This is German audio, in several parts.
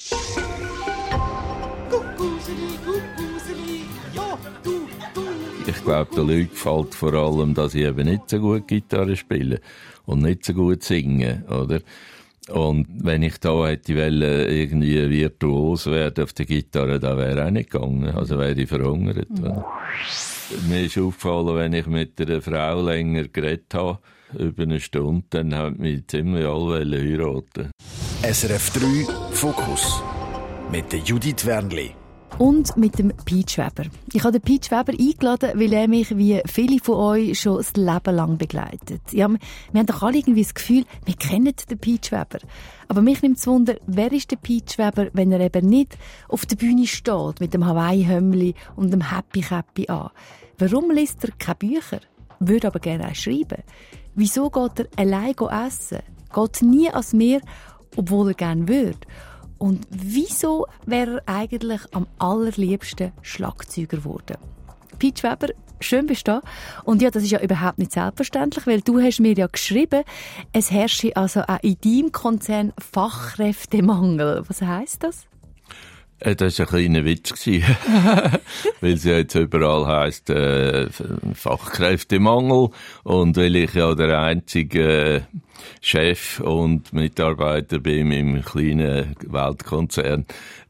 Ich glaube, den Leuten gefällt vor allem, dass ich eben nicht so gut Gitarre spiele und nicht so gut singe, oder? Und wenn ich da hätte irgendwie virtuos werden auf der Gitarre, da wäre auch nicht gegangen. Also wäre ich verhungert. Oder? Mir ist aufgefallen, wenn ich mit einer Frau länger geredet habe, über eine Stunde, dann haben mich ziemlich alle heiraten. SRF 3 Fokus mit der Judith Wernli. Und mit dem Piet Schweber. Ich habe den Piet Schweber eingeladen, weil er mich wie viele von euch schon das Leben lang begleitet. Ja, wir haben doch alle irgendwie das Gefühl, wir kennen den Piet Schweber. Aber mich nimmt es Wunder, wer ist der Piet Schweber, wenn er eben nicht auf der Bühne steht mit dem Hawaii-Hemdli und dem Happy-Käppi an? Warum liest er keine Bücher? Würde aber gerne auch schreiben. Wieso geht er allein essen? Geht nie ans Meer, obwohl er gerne würde? Und wieso wäre er eigentlich am allerliebsten Schlagzeuger geworden? Piet Schweber, schön bist du da. Und ja, das ist ja überhaupt nicht selbstverständlich, weil du hast mir ja geschrieben, es herrsche also auch in deinem Konzern Fachkräftemangel. Was heisst das? Das war ein kleiner Witz, weil es ja jetzt überall heisst Fachkräftemangel und weil ich ja der einzige Chef und Mitarbeiter bin im kleinen Weltkonzern.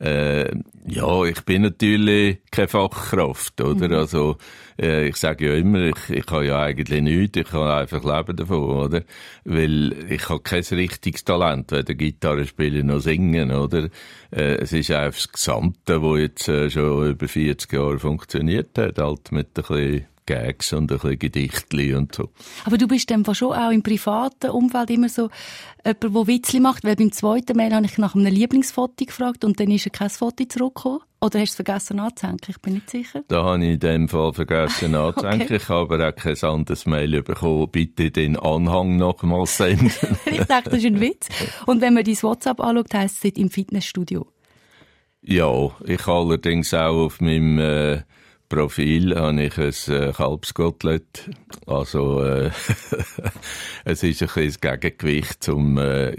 Ja, ich bin natürlich keine Fachkraft, oder? Mhm. Also, ich sage ja immer, ich habe ja eigentlich nichts, ich kann einfach leben davon, oder? Weil ich habe kein richtiges Talent, weder Gitarre spielen noch singen, oder? Es ist einfach das Gesamte, das jetzt schon über 40 Jahre funktioniert hat, halt mit ein bisschen Gags und ein bisschen Gedichtli und so. Aber du bist dann schon auch im privaten Umfeld immer so jemand, der Witzli macht, weil beim zweiten Mail habe ich nach einem Lieblingsfoto gefragt und dann ist ja kein Foto zurückgekommen. Oder hast du es vergessen anzuhängen? Ich bin nicht sicher. Da habe ich in dem Fall vergessen anzuhängen. Okay. Ich habe aber auch kein anderes Mail bekommen. Bitte den Anhang nochmals senden. Ich dachte, das ist ein Witz. Und wenn man dein WhatsApp anschaut, heisst es im Fitnessstudio. Ja, ich allerdings auch auf meinem Profil habe ich ein Kalbskotelett. Also, es ist ein bisschen das Gegengewicht zum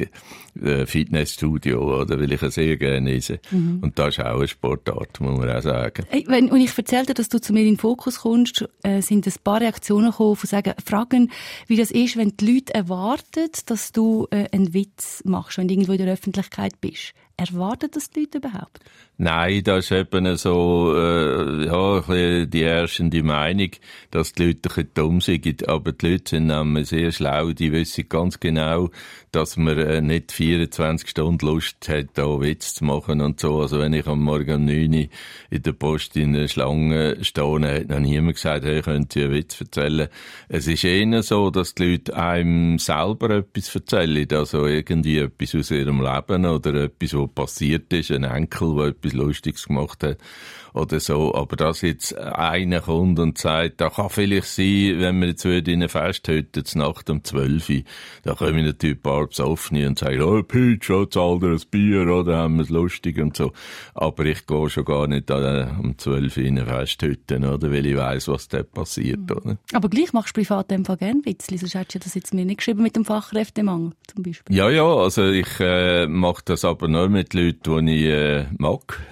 Fitnessstudio, oder? Weil ich es sehr gerne esse. Mhm. Und das ist auch eine Sportart, muss man auch sagen. Und ich erzählte, dass du zu mir in den Fokus kommst, sind ein paar Reaktionen gekommen, die sagen, fragen, wie das ist, wenn die Leute erwarten, dass du einen Witz machst, wenn du irgendwo in der Öffentlichkeit bist. Erwarten das die Leute überhaupt? Nein, das ist eben so, ja, ein bisschen die herrschende Meinung, dass die Leute ein bisschen dumm sind. Aber die Leute sind nämlich sehr schlau, die wissen ganz genau, dass man nicht 24 Stunden Lust hat, da Witz zu machen und so. Also wenn ich am Morgen um 9 Uhr in der Post in einer Schlange stehe, hat noch niemand gesagt, hey, könnt ihr einen Witz erzählen? Es ist eher so, dass die Leute einem selber etwas erzählen. Also irgendwie etwas aus ihrem Leben oder etwas, was passiert ist, ein Enkel, der etwas Lustiges gemacht hat oder so. Aber dass jetzt einer kommt und sagt, da kann vielleicht sein, wenn wir jetzt wieder in eine Festhütte Nacht um 12 Uhr, da kommen natürlich ein paar Besoffene und sagen, oh, Peach, zahlt dir ein Bier, oder haben wir es lustig und so. Aber ich gehe schon gar nicht um 12 Uhr in eine Festhütte, oder, weil ich weiss, was da passiert, oder. Aber gleich machst du privat einfach gerne Witzli, sonst hättest du das jetzt mir nicht geschrieben mit dem Fachkräftemangel, zum Beispiel. Ja, also ich mache das aber nur mit Leuten, die ich mag.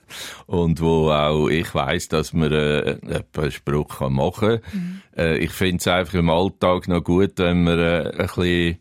Und wo auch ich weiss, dass man einen Spruch machen kann. Mhm. Ich finde es einfach im Alltag noch gut, wenn man ein bisschen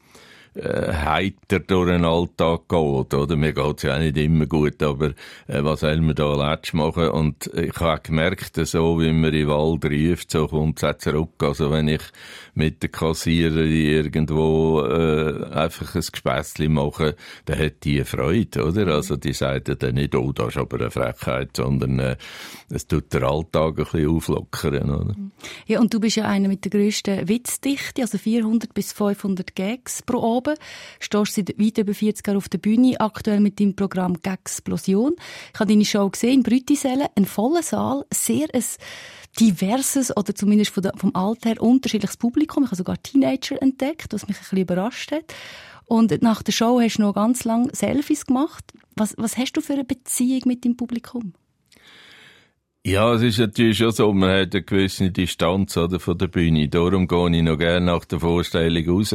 heiter durch den Alltag geht, oder? Mir geht's ja auch nicht immer gut, aber was soll man da letztes machen? Und ich habe gemerkt, so wie man in den Wald ruft, so kommt es auch zurück. Also wenn ich mit der Kassiererin irgendwo einfach ein Gespässchen mache, dann hat die Freude, oder? Also die sagt ja dann nicht, oh, das ist aber eine Frechheit, sondern es tut den Alltag ein bisschen auflockern, oder? Ja, und du bist ja einer mit der grössten Witzdichte, also 400 bis 500 Gags pro Abend. Stehst seit weit über 40 Jahren auf der Bühne, aktuell mit deinem Programm Gagsplosion. Ich habe deine Show gesehen in Brütisellen, ein voller Saal, sehr ein diverses oder zumindest vom Alter her unterschiedliches Publikum. Ich habe sogar Teenager entdeckt, was mich ein bisschen überrascht hat. Und nach der Show hast du noch ganz lange Selfies gemacht. Was hast du für eine Beziehung mit dem Publikum? Ja, es ist natürlich schon so, man hat eine gewisse Distanz, oder, von der Bühne. Darum gehe ich noch gerne nach der Vorstellung raus,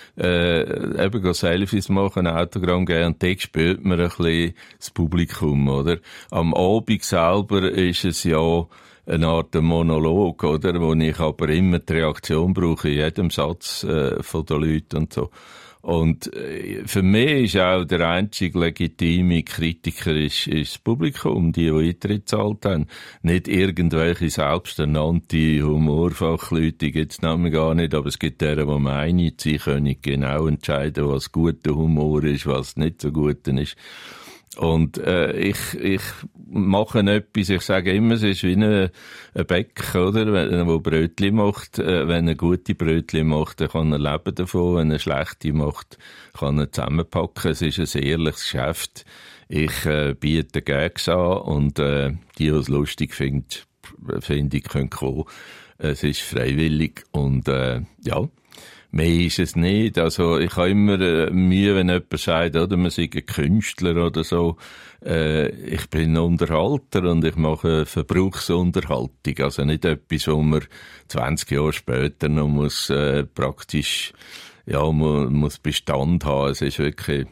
eben Selfies machen, Autogramm geben, und dort spürt man ein bisschen das Publikum, oder? Am Abend selber ist es ja eine Art Monolog, oder? Wo ich aber immer die Reaktion brauche, in jedem Satz, von den Leuten und so. Und für mich ist auch der einzige legitime Kritiker ist das Publikum, die Eintritt gezahlt haben. Nicht irgendwelche selbsternannte Humorfachleute, die gibt's nämlich gar nicht, aber es gibt deren, die meinen, sie können genau entscheiden, was guter Humor ist, was nicht so gut ist. Und ich mache etwas, ich sage immer, es ist wie ein Bäcker, oder? Wenn er Brötchen macht, wenn er gute Brötchen macht, dann kann er leben davon. Wenn er schlechte macht, kann er zusammenpacken. Es ist ein ehrliches Geschäft. Ich biete Gags an und die es lustig finde ich, können kommen. Es ist freiwillig und ja. Mehr ist es nicht. Also, ich habe immer Mühe, wenn jemand sagt, oder, man sei ein Künstler oder so. Ich bin ein Unterhalter und ich mache Verbrauchsunterhaltung. Also nicht etwas, wo man 20 Jahre später noch muss, praktisch, ja, muss Bestand haben. Es ist wirklich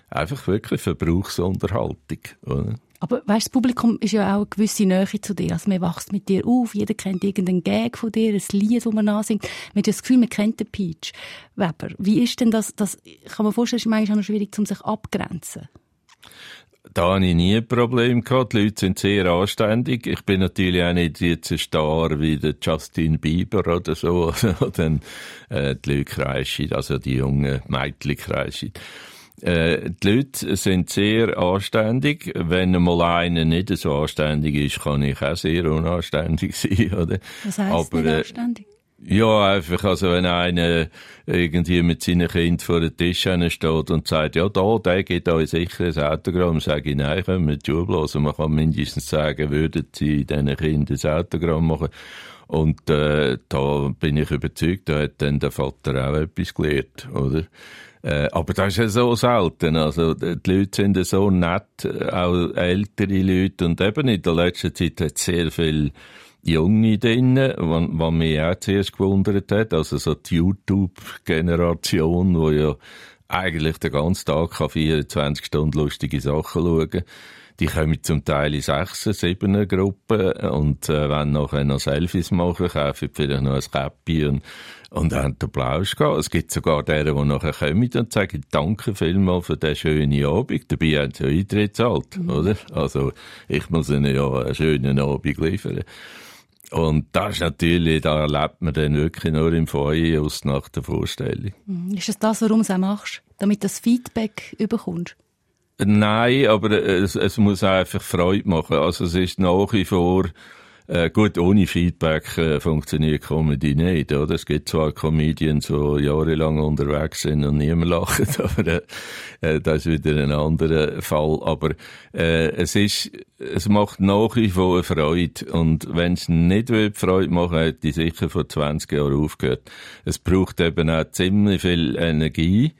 Verbrauchsunterhaltung, oder? Aber weisst, das Publikum ist ja auch eine gewisse Nähe zu dir. Also man wächst mit dir auf, jeder kennt irgendeinen Gag von dir, ein Lied, das man ansingt. Man hat ja das Gefühl, man kennt den Peach Weber. Wie ist denn das kann man vorstellen, ist manchmal auch schwierig, um sich abgrenzen? Da habe ich nie ein Problem gehabt. Die Leute sind sehr anständig. Ich bin natürlich auch nicht jetzt ein Star wie der Justin Bieber oder so. Dann die Leute kreischen, also die jungen Mädchen kreischen. Die Leute sind sehr anständig. Wenn mal einer nicht so anständig ist, kann ich auch sehr unanständig sein, oder? Was heisst nicht anständig? Ja, einfach, also wenn einer irgendwie mit seinen Kindern vor den Tisch steht und sagt, ja, der gibt euch sicher ein Autogramm, sage ich, nein, können wir die Schuhe blasen. Man kann mindestens sagen, würden sie diesen Kindern ein Autogramm machen. Und da bin ich überzeugt, da hat dann der Vater auch etwas gelernt, oder? Aber das ist ja so selten. Also, die Leute sind so nett, auch ältere Leute. Und eben in der letzten Zeit hat es sehr viel Junge drin, was mich auch zuerst gewundert hat. Also, so die YouTube-Generation, die ja eigentlich den ganzen Tag 24 Stunden lustige Sachen schauen kann. Die kommen zum Teil in 6, 7 Gruppen und wollen nachher noch Selfies machen, kaufen vielleicht noch ein Käppi und haben den Plausch gehabt. Es gibt sogar deren, die nachher kommen und sagen, danke vielmals für diesen schönen Abend. Dabei haben sie ja Eintritt gezahlt, oder? Also, ich muss ihnen ja einen schönen Abend liefern. Und das ist natürlich, da erlebt man dann wirklich nur im Feuer aus nach der Vorstellung. Ist es das, warum du es auch machst? Damit du das Feedback bekommst? Nein, aber es muss einfach Freude machen. Also es ist nach wie vor, gut, ohne Feedback funktioniert Comedy nicht, oder? Es gibt zwar Comedians, die jahrelang unterwegs sind und niemand lacht, aber das ist wieder ein anderer Fall. Aber es macht nach wie vor Freude. Und wenn es nicht Freude machen will, hätte ich sicher vor 20 Jahren aufgehört. Es braucht eben auch ziemlich viel Energie.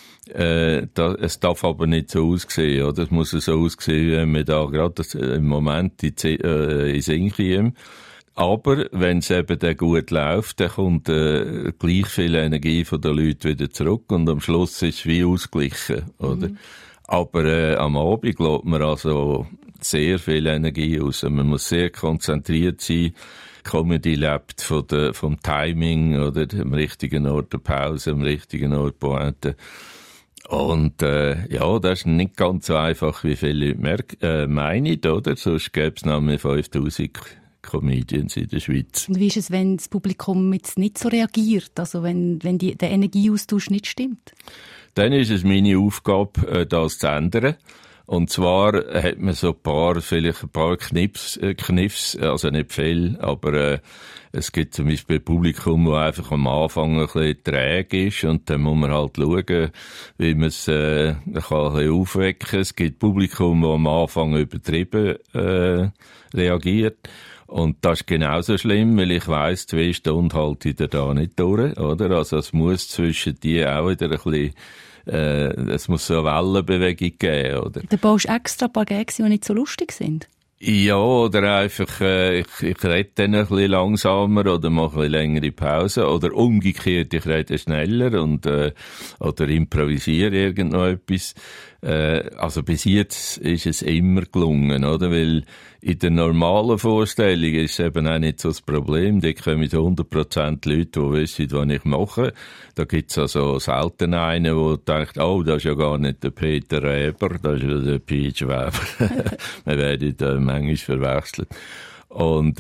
Es darf aber nicht so aussehen, oder? Es muss so aussehen, wenn wir da gerade im Moment in Sinn kommen. Aber wenn es eben dann gut läuft, dann kommt gleich viel Energie von den Leuten wieder zurück und am Schluss ist es wie ausgeglichen, oder? Aber am Abend lässt man also sehr viel Energie raus. Man muss sehr konzentriert sein. Comedy lebt vom Timing, oder? Am richtigen Ort der Pause, am richtigen Ort Pointe. Und ja, das ist nicht ganz so einfach, wie viele Leute meinen, oder? Sonst gäbe es nämlich 5000 Comedians in der Schweiz. Und wie ist es, wenn das Publikum jetzt nicht so reagiert, also wenn der Energieaustausch nicht stimmt? Dann ist es meine Aufgabe, das zu ändern. Und zwar hat man so vielleicht ein paar Kniffs, also nicht viel, aber es gibt zum Beispiel ein Publikum, das einfach am Anfang ein bisschen träge ist und dann muss man halt schauen, wie man es kann ein bisschen aufwecken kann. Es gibt Publikum, das am Anfang übertrieben reagiert. Und das ist genauso schlimm, weil ich weiss, 2 Stunden halte ich da nicht durch, oder? Also es muss zwischen die auch wieder ein bisschen es muss so eine Wellenbewegung geben, oder? Da baust du extra ein paar Gags, die nicht so lustig sind. Ja, oder einfach, ich rede dann ein bisschen langsamer oder mache ein bisschen längere Pause oder umgekehrt, ich rede schneller und, oder improvisiere irgendetwas. Also bis jetzt ist es immer gelungen, oder? Weil in der normalen Vorstellung ist es eben auch nicht so das Problem. Da kommen 100% Leute, die wissen, was ich mache. Da gibt's also selten einen, der denkt, oh, das ist ja gar nicht der Peter Reber, das ist ja der Pietsch Weber. Wir werden da manchmal verwechselt. Und,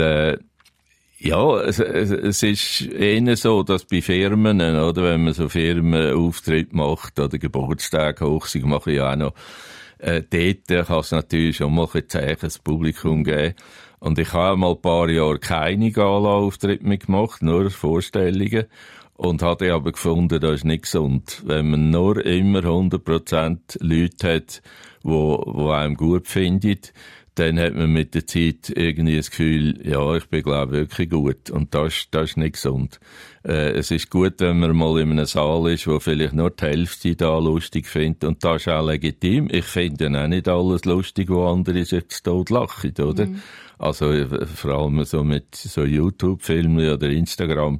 ja, es ist eher so, dass bei Firmen, oder, wenn man so Firmenauftritt macht, oder Geburtstag, Hochzeit, mache ich auch noch, dort kann es natürlich schon mal ein Zeichen ins Publikum geben. Und ich habe mal ein paar Jahre keine Gala-Auftritte mehr gemacht, nur Vorstellungen. Und hatte aber gefunden, das ist nicht gesund. Wenn man nur immer 100% Leute hat, die einem gut findet, dann hat man mit der Zeit irgendwie das Gefühl, ja, ich bin, glaube ich, wirklich gut. Und das ist nicht gesund. Es ist gut, wenn man mal in einem Saal ist, wo vielleicht nur die Hälfte da lustig findet. Und das ist auch legitim. Ich finde auch nicht alles lustig, wo andere sich zu Tod lachen, oder? Also, vor allem so mit so YouTube-Filmen oder Instagram,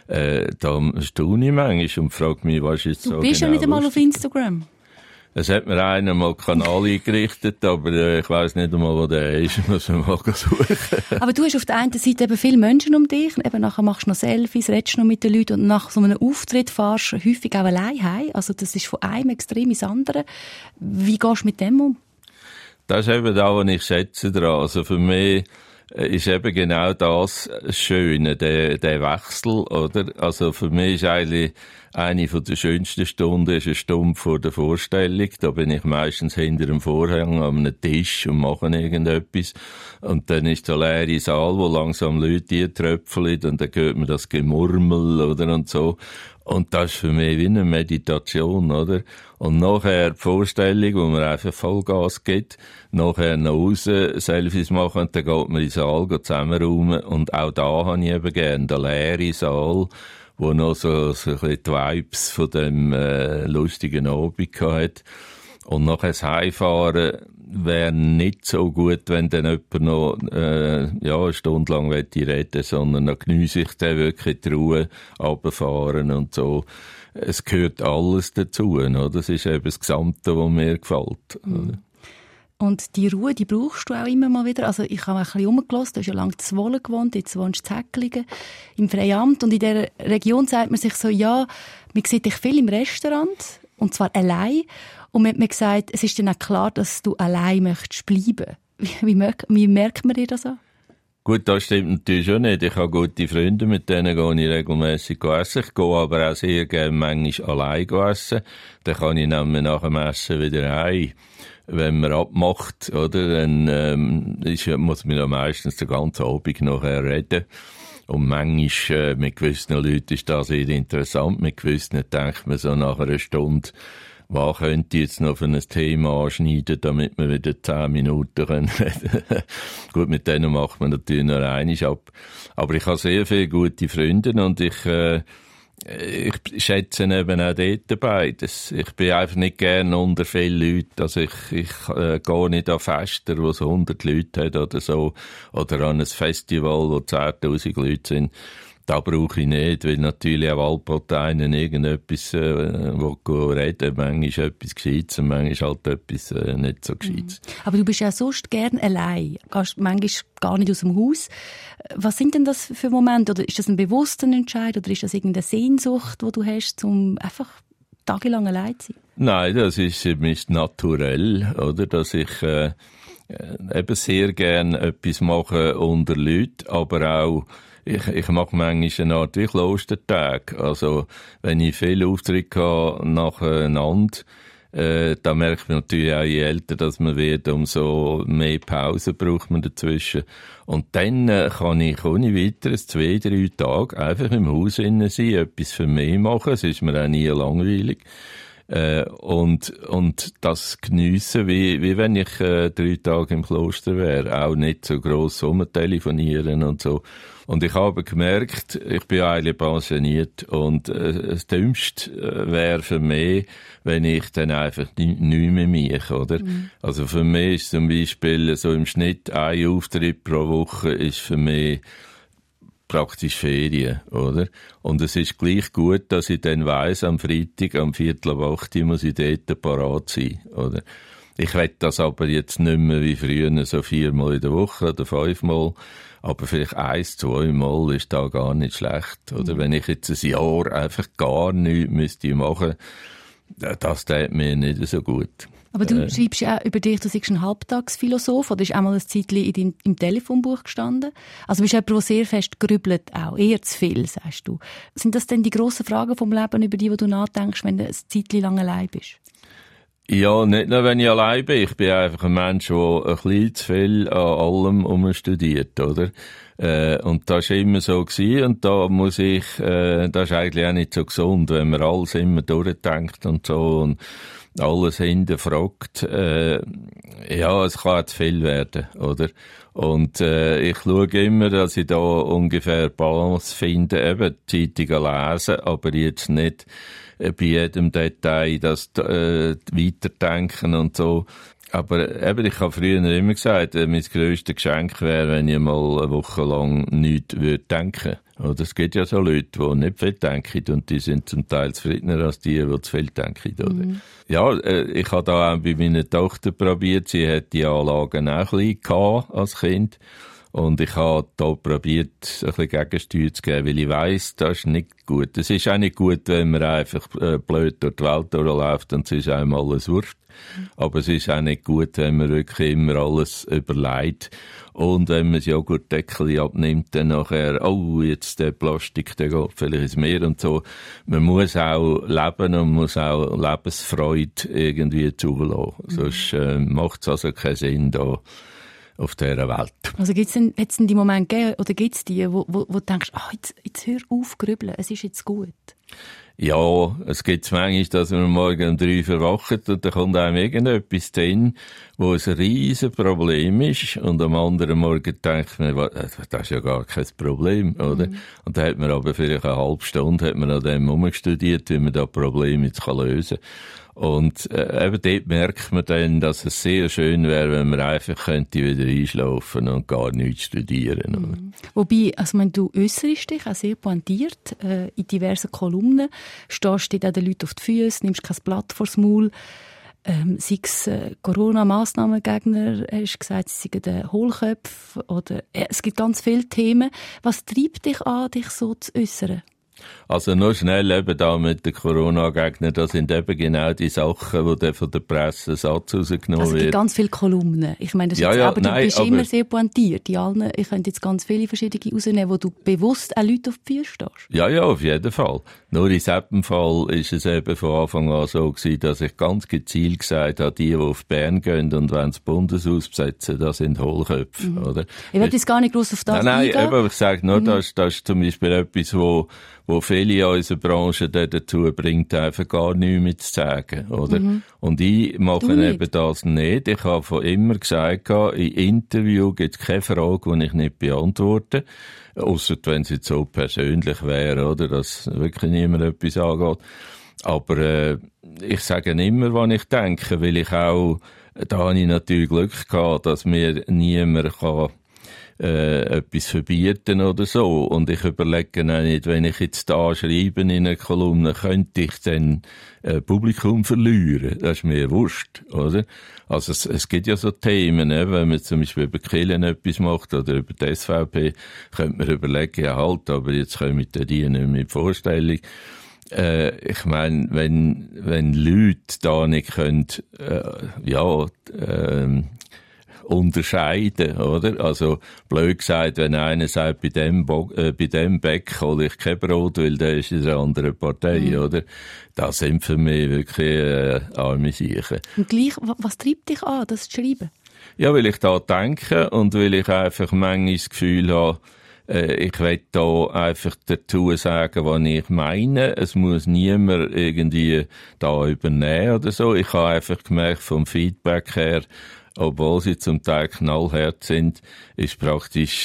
da staune ich manchmal und frage mich, was ist jetzt so genau. Du bist ja nicht einmal auf Instagram. Es hat mir einer mal einen Kanal eingerichtet, aber ich weiss nicht einmal, wo der ist. Muss man mal suchen. Aber du hast auf der einen Seite eben viele Menschen um dich. Eben nachher machst du noch Selfies, redest noch mit den Leuten und nach so einem Auftritt fahrst du häufig auch allein heim. Also das ist von einem Extrem ins andere. Wie gehst du mit dem um? Das ist eben da, was ich schätze dran. Also für mich ist eben genau das Schöne, der Wechsel, oder? Also für mich ist eigentlich eine von der schönsten Stunden ist eine Stunde vor der Vorstellung. Da bin ich meistens hinter dem Vorhang an einem Tisch und mache irgendetwas. Und dann ist der leere Saal, wo langsam Leute tröpfeln und dann hört man das Gemurmel, oder? Und so. Und das ist für mich wie eine Meditation, oder? Und nachher die Vorstellung, wo man einfach Vollgas gibt, nachher nach raus Selfies machen und dann geht man in den Saal, geht zusammenräumen. Und auch da habe ich eben gerne den leeren Saal, wo noch so ein bisschen die Vibes von dem lustigen Abend hat. Und nachher das Heimfahren wäre nicht so gut, wenn dann jemand noch eine Stunde lang reden möchte, sondern dann geniesse ich dann wirklich die Ruhe, runterfahren und so. Es gehört alles dazu, oder? Das ist eben das Gesamte, was mir gefällt. Oder? Und die Ruhe, die brauchst du auch immer mal wieder. Also ich habe ein bisschen rumgelassen, du hast ja lange in Zwolle gewohnt, jetzt wohnst du in Zäcklingen, im Freiamt. Und in dieser Region sagt man sich so, ja, man sieht dich viel im Restaurant, und zwar allein. Und man hat mir gesagt, es ist dann auch klar, dass du allein möchtest bleiben. Wie merkt man dir das an? Gut, das stimmt natürlich schon nicht. Ich habe gute Freunde, mit denen gehe ich regelmässig essen. Ich gehe aber auch sehr gerne manchmal allein essen. Dann kann ich nämlich nach dem Essen wieder heim. Wenn man abmacht, oder, dann muss man ja meistens den ganzen Abend nachher reden. Und manchmal mit gewissen Leuten ist das sehr interessant. Mit gewissen denkt man so nach einer Stunde, was könnte ich jetzt noch für ein Thema anschneiden, damit wir wieder 10 Minuten reden können. Gut, mit denen macht man natürlich noch einmal ab. Aber ich habe sehr viele gute Freunde und ich schätze eben auch dort beides. Ich bin einfach nicht gerne unter vielen Leuten. Also ich gehe nicht an Fester, wo es 100 Leute hat oder so. Oder an ein Festival, wo 10.000 Leute sind. Da brauche ich nicht, weil natürlich auch Wahlparteien irgendetwas reden. Manchmal etwas Gescheites und manchmal halt etwas nicht so Gescheites. Aber du bist ja sonst gern allein. Gehst manchmal gar nicht aus dem Haus. Was sind denn das für Momente? Oder ist das ein bewusster Entscheid? Oder ist das irgendeine Sehnsucht, die du hast, um einfach tagelang allein zu sein? Nein, das ist naturell, oder? Dass ich eben sehr gern etwas mache unter Leuten, aber auch ich mache manchmal eine Art wie Klostertag. Also, wenn ich viele Auftritte habe nacheinander, da merkt man natürlich auch, je älter dass man wird, umso mehr Pause braucht man dazwischen. Und dann kann ich ohne weiteres 2-3 Tage einfach im Haus innen sein, etwas für mich machen. Es ist mir auch nie langweilig. Und das geniessen, wie wenn ich 3 Tage im Kloster wäre, auch nicht so gross rumtelefonieren und so. Und ich habe gemerkt, ich bin eigentlich pensioniert und das Dümmste wäre für mich, wenn ich dann einfach nicht mehr mich, oder? Also für mich ist zum Beispiel so im Schnitt ein Auftritt pro Woche ist für mich praktisch Ferien, oder? Und es ist gleich gut, dass ich dann weiss, am Freitag, am 7:45 muss ich dort parat sein, oder? Ich will das aber jetzt nicht mehr wie früher, so 4-mal in der Woche oder 5-mal. Aber vielleicht 1-2 Mal ist da gar nicht schlecht. Oder wenn ich jetzt ein Jahr einfach gar nichts müsste machen, das tut mir nicht so gut. Aber du schreibst ja auch über dich, du bist ein Halbtagsphilosoph, oder ist einmal ein Zeitchen im Telefonbuch gestanden? Also bist du jemand, der sehr fest grübelt, auch eher zu viel, sagst du. Sind das denn die grossen Fragen vom Leben, über die du nachdenkst, wenn du ein Zeitchen lang allein bist? Ja, nicht nur, wenn ich allein bin. Ich bin einfach ein Mensch, der ein bisschen zu viel an allem studiert, oder? Und das war immer so gewesen. Und da muss ich, das ist eigentlich auch nicht so gesund, wenn man alles immer durchdenkt und so und alles hinterfragt. Ja, es kann zu viel werden, oder? Und ich schaue immer, dass ich da ungefähr Balance finde, eben Zeitungen lesen, aber jetzt nicht bei jedem Detail das weiterdenken und so. Aber eben, ich habe früher immer gesagt, mein grösstes Geschenk wäre, wenn ich mal eine Woche lang nichts denken würde. Oder es gibt ja so Leute, die nicht viel denken und die sind zum Teil zufriedener als die zu viel denken. Oder? Ja, ich habe da auch bei meiner Tochter probiert, sie hat die Anlagen auch ein bisschen gehabt als Kind. Und ich habe da probiert, ein bisschen Gegensteuer zu geben, weil ich weiss, das ist nicht gut. Es ist auch nicht gut, wenn man einfach blöd durch die Welt durchläuft und es ist einem alles wurscht. Aber es ist auch nicht gut, wenn man wirklich immer alles überlegt. Und wenn man das Joghurtdeckel abnimmt, dann nachher, oh, jetzt der Plastik, der geht vielleicht ins Meer und so. Man muss auch leben und muss auch Lebensfreude irgendwie zulassen. Sonst macht es also keinen Sinn da auf dieser Welt. Also hat's denn die Momente gegeben, oder gibt es die, wo du denkst, jetzt hör auf grübeln, es ist jetzt gut? Ja, es gibt manchmal, dass man morgen um 3 verwacht und da kommt einem irgendetwas drin, wo ein riesen Problem ist und am anderen Morgen denkt man, das ist ja gar kein Problem, oder? Und da hat man aber vielleicht eine halbe Stunde hat man an dem herumgestudiert, wie man das Problem jetzt lösen kann. Und eben dort merkt man dann, dass es sehr schön wäre, wenn man einfach könnte wieder einschlafen und gar nichts studieren. Oder? Wobei, also du äusserst dich auch sehr pointiert in diversen Kolumnen, stehst dort auch den Leuten auf die Füße, nimmst kein Blatt vors Maul, sei es Corona-Massnahmengegner, hast gesagt, sie seien Hohlköpfe, oder es gibt ganz viele Themen. Was treibt dich an, dich so zu äussern? Also nur schnell eben da mit den Corona-Gegnern, das sind eben genau die Sachen, die dann von der Presse Satz rausgenommen werden. Also es gibt ganz viele Kolumnen. Ich meine, das ist aber du bist immer sehr pointiert. Ich könnte jetzt ganz viele verschiedene rausnehmen, wo du bewusst auch Leute auf die Füße stehst. Ja, auf jeden Fall. Nur in diesem Fall ist es eben von Anfang an so gewesen, dass ich ganz gezielt gesagt habe, die auf Bern gehen und wollen das Bundeshaus besetzen, das sind Hohlköpfe, oder? Ich will jetzt gar nicht gross auf das eingehen. Nein, aber ich sage nur, das ist zum Beispiel etwas, wo viele in unserer Branche dazu bringt, einfach gar nichts mehr zu sagen, oder? Und ich mache eben das nicht. Ich habe von immer gesagt, in Interview gibt es keine Frage, die ich nicht beantworte. Ausser wenn es jetzt so persönlich wäre, oder? Dass wirklich niemand etwas angeht. Aber ich sage immer, was ich denke, weil ich auch, da habe ich natürlich Glück gehabt, dass mir niemand kann etwas verbieten oder so. Und ich überlege auch nicht, wenn ich jetzt da schreibe in einer Kolumne, könnte ich dann Publikum verlieren. Das ist mir wurscht, oder? Also es gibt ja so Themen, wenn man zum Beispiel über Kirchen etwas macht oder über die SVP, könnte man überlegen, ja halt, aber jetzt kommen die nicht mehr in die Vorstellung. Ich meine, wenn Leute da nicht können, unterscheiden, oder? Also, blöd gesagt, wenn einer sagt, bei dem Bäck hole ich kein Brot, weil der ist in einer anderen Partei, oder? Das sind für mich wirklich arme Siechen. Und gleich, was treibt dich an, das zu schreiben? Ja, weil ich da denke und weil ich einfach manchmal das Gefühl habe, Ich will da einfach dazu sagen, was ich meine. Es muss niemand irgendwie da übernehmen oder so. Ich habe einfach gemerkt, vom Feedback her, obwohl sie zum Teil knallhart sind, ist praktisch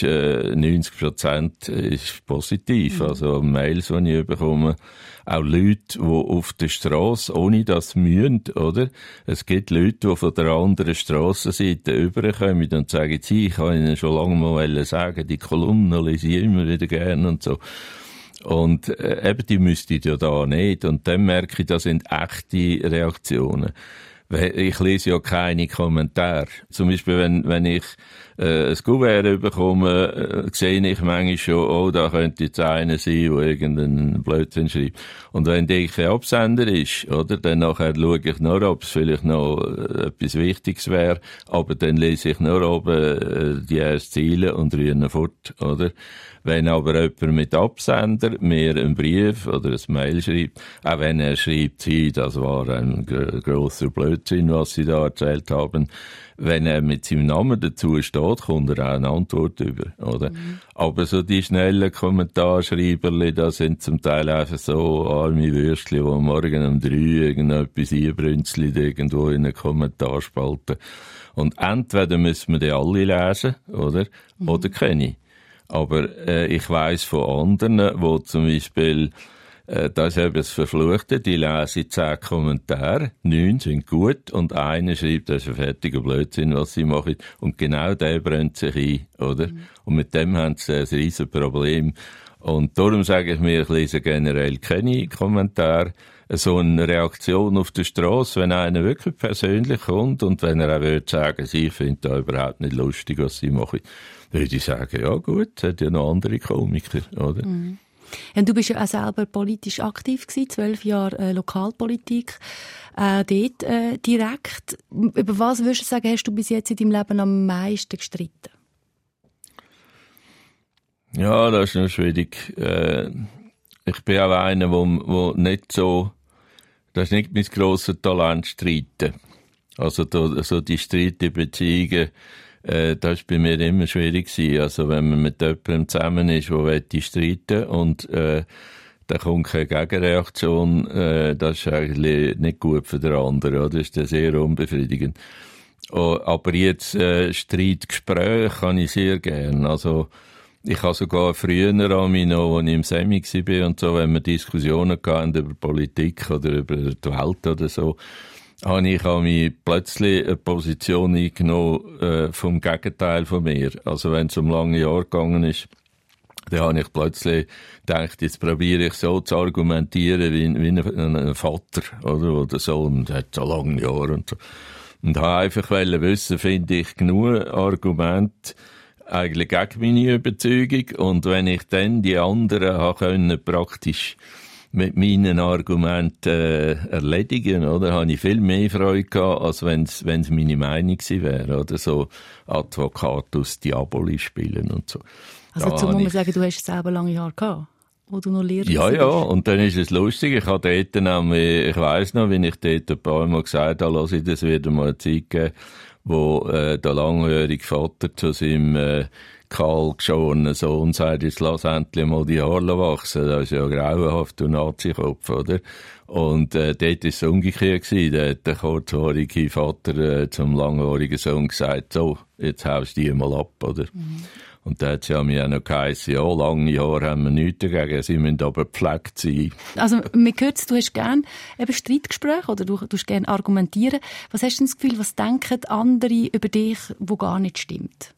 90% ist positiv. Also Mails, die ich bekomme, auch Leute, die auf der Strasse, ohne das mühen, oder? Es gibt Leute, die von der anderen Strassenseite rüberkommen und sagen, ich kann Ihnen schon lange mal sagen, die Kolumne lese ich immer wieder gerne und so. Und eben, die müsste ich ja da nicht. Und dann merke ich, das sind echte Reaktionen. Ich lese ja keine Kommentare. Zum Beispiel, wenn ich ein Kuvert bekomme, sehe ich manchmal schon, oh, da könnte jetzt einer sein, der irgendeinen Blödsinn schreibt. Und wenn der ein Absender ist, oder, dann nachher schaue ich nur, ob es vielleicht noch etwas Wichtiges wäre, aber dann lese ich nur oben die ersten Zeilen und rühre fort, oder? Wenn aber jemand mit Absender mir einen Brief oder ein Mail schreibt, auch wenn er schreibt, das war ein grosser Blödsinn, was Sie da erzählt haben, wenn er mit seinem Namen dazu steht, kommt er auch eine Antwort über, oder? Aber so die schnellen Kommentarschreiberli, das sind zum Teil einfach so arme Würstchen, die morgen um 3 irgendetwas einbrünzeln, irgendwo in einer Kommentarspalte. Und entweder müssen wir die alle lesen, oder? Oder keine. Aber ich weiss von anderen, wo zum Beispiel, das ist eben das Verfluchte, die lesen 10 Kommentare, 9 sind gut und einer schreibt, das ist ein fertiger Blödsinn, was sie machen. Und genau der brennt sich ein, oder? Und mit dem haben sie ein riesen Problem. Und darum sage ich mir, ich lese generell keine Kommentare. So eine Reaktion auf der Strasse, wenn einer wirklich persönlich kommt und wenn er auch würde sagen, ich finde da überhaupt nicht lustig, was sie machen, würde ich sagen, ja gut, es hat ja noch andere Komiker, oder? Ja, du bist ja auch selber politisch aktiv gewesen, 12 Jahre Lokalpolitik, dort direkt. Über was würdest du sagen, hast du bis jetzt in deinem Leben am meisten gestritten? Ja, das ist noch schwierig. Ich bin auch einer, wo nicht so, das ist nicht mein grosses Talent, streiten. Also die Streitbeziehungen, das war bei mir immer schwierig gewesen. Also wenn man mit jemandem zusammen ist, der streiten und da kommt keine Gegenreaktion, das ist eigentlich nicht gut für den anderen, das ist dann sehr unbefriedigend. Aber jetzt Streitgespräche kann ich sehr gern. Also ich habe sogar früher an mich noch, als ich im Semi war und so, wenn wir Diskussionen hatten über Politik oder über die Welt oder so, habe ich mich plötzlich eine Position eingenommen vom Gegenteil von mir. Also wenn es um lange Jahre gegangen ist, dann habe ich plötzlich gedacht, jetzt probiere ich so zu argumentieren wie ein Vater oder der Sohn, der hat so lange Jahre und so. Und habe einfach wissen, finde ich genug Argumente eigentlich gegen meine Überzeugung. Und wenn ich dann die anderen können praktisch mit meinen Argumenten erledigen, oder, habe ich viel mehr Freude gehabt, als wenn es meine Meinung gewesen wäre, oder so Advocatus Diaboli spielen und so. Also dazu muss man sagen, du hast selber lange Jahre gehabt, wo du noch Lehrer ja, bist. Ja, und dann ist es lustig, ich habe dort nämlich, ich weiss noch, wenn ich dort ein paar Mal gesagt habe, lass ich das wieder mal eine Zeit geben, wo der langhörige Vater zu seinem kahl geschorenen Sohn sagt, jetzt lass endlich mal die Haare wachsen. Das ist ja grauenhaft, du Nazi-Kopf, oder? Und dort war es umgekehrt gewesen. Da hat der kurzhaarige Vater zum langhaarigen Sohn gesagt, so, jetzt haust du die mal ab, oder? Und da hat es ja mir auch noch geheißen, ja, lange Jahre haben wir nichts dagegen, sie müssen aber gepflegt sein. Also, man hört, du hast gerne eben Streitgespräche oder du hast gerne argumentieren. Was hast du denn das Gefühl, was denken andere über dich, wo gar nicht stimmt?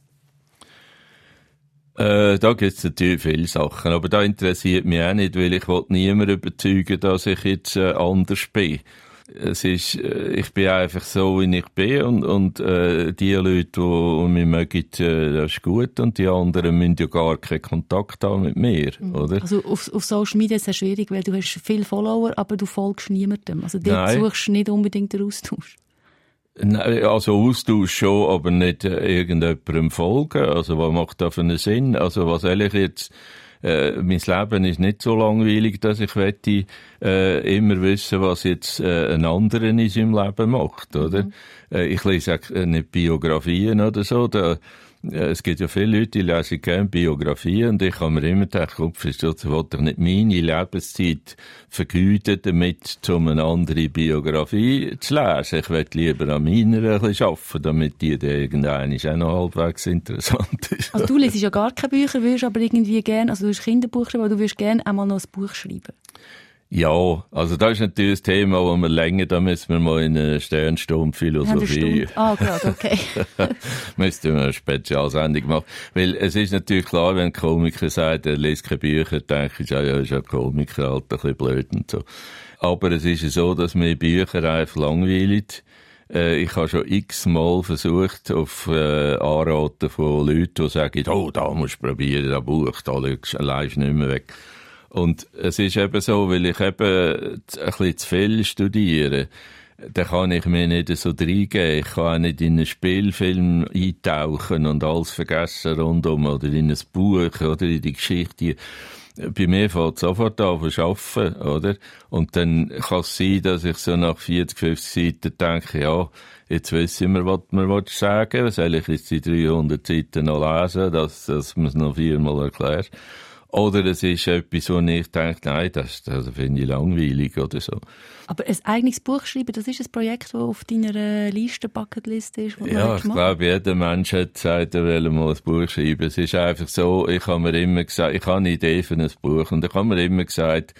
Da gibt es natürlich viele Sachen, aber da interessiert mich auch nicht, weil ich niemanden überzeugen, dass ich jetzt anders bin. Es ist, ich bin einfach so, wie ich bin und die Leute, die mich mögen, das ist gut und die anderen müssen ja gar keinen Kontakt haben mit mir, oder? Also auf Social Media ist es sehr schwierig, weil du hast viele Follower, aber du folgst niemandem. Also dort suchst du nicht unbedingt den Austausch. Nein, also Austausch schon, aber nicht irgendjemandem folgen. Also was macht da für einen Sinn? Also was soll ich jetzt... mein Leben ist nicht so langweilig, dass ich wette, immer wissen, was jetzt ein anderer in seinem Leben macht, oder? Ich lese auch nicht Biografien oder so. es gibt ja viele Leute, die lesen gerne Biografien und ich habe mir immer gedacht, Kopf, ich will doch nicht meine Lebenszeit vergeuden, damit um eine andere Biografie zu lesen. Ich will lieber an meiner ein bisschen arbeiten, damit die irgendeine auch noch halbwegs interessant ist. Also du liest ja gar keine Bücher, würdest aber irgendwie gerne, also du hast Kinderbuch schreiben, aber du würdest gerne einmal noch ein Buch schreiben. Ja, also das ist natürlich das Thema, wo wir länger, da müssen wir mal in eine Sternstunde Philosophie. Gerade, okay. Müssten wir eine Spezialsendung machen. Weil es ist natürlich klar, wenn ein Komiker sagt, er liest keine Bücher, denke ich, ja, ist ja Komiker, halt ein bisschen blöd und so. Aber es ist ja so, dass mir Bücher einfach langweilen. Ich habe schon x-mal versucht, auf Anraten von Leuten, die sagen, oh, da musst du probieren, das Buch, da schaust du allein nicht mehr weg. Und es ist eben so, weil ich eben ein bisschen zu viel studiere, da kann ich mir nicht so reingeben. Ich kann auch nicht in einen Spielfilm eintauchen und alles vergessen rundum oder in ein Buch oder in die Geschichte. Bei mir fängt es sofort an zu arbeiten, oder? Und dann kann es sein, dass ich so nach 40, 50 Seiten denke, ja, jetzt wissen wir, was man sagen will. Soll ich jetzt die 300 Seiten noch lesen, dass man es noch 4-mal erklärt? Oder es ist etwas, wo ich denke, nein, das finde ich langweilig oder so. Aber ein eigenes Buch schreiben, das ist ein Projekt, das auf deiner Liste-Bucketliste ist? Ja, ich glaube, jeder Mensch hat gesagt, er will mal ein Buch schreiben. Es ist einfach so, ich habe mir immer gesagt, ich habe eine Idee für ein Buch und ich habe mir immer gesagt,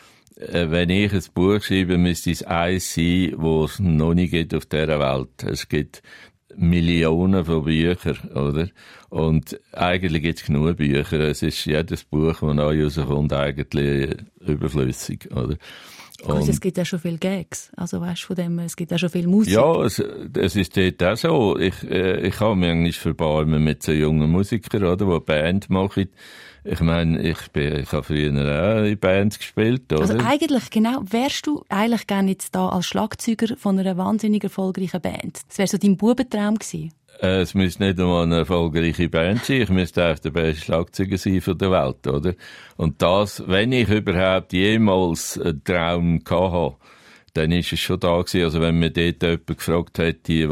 wenn ich ein Buch schreibe, müsste es eins sein, das es noch nicht gibt auf dieser Welt. Es gibt Millionen von Büchern, oder? Und eigentlich gibt es genug Bücher. Es ist jedes Buch, das neu rauskommt, eigentlich überflüssig, oder? Und es gibt auch schon viele Gags. Also weißt du von dem, es gibt auch schon viel Musik. Ja, es ist dort auch so. Ich kann mich eigentlich verbarmen mit so jungen Musikern, oder, die Band machen. Ich meine, ich habe früher auch in Bands gespielt, oder? Also eigentlich, genau, wärst du eigentlich gerne jetzt da als Schlagzeuger von einer wahnsinnig erfolgreichen Band? Das wäre so dein Bubentraum gewesen? Es müsste nicht nur eine erfolgreiche Band sein, ich müsste auch der beste Schlagzeuger sein von der Welt, oder? Und das, wenn ich überhaupt jemals einen Traum hatte, dann ist es schon da gewesen. Also wenn mir dort jemand gefragt hätte,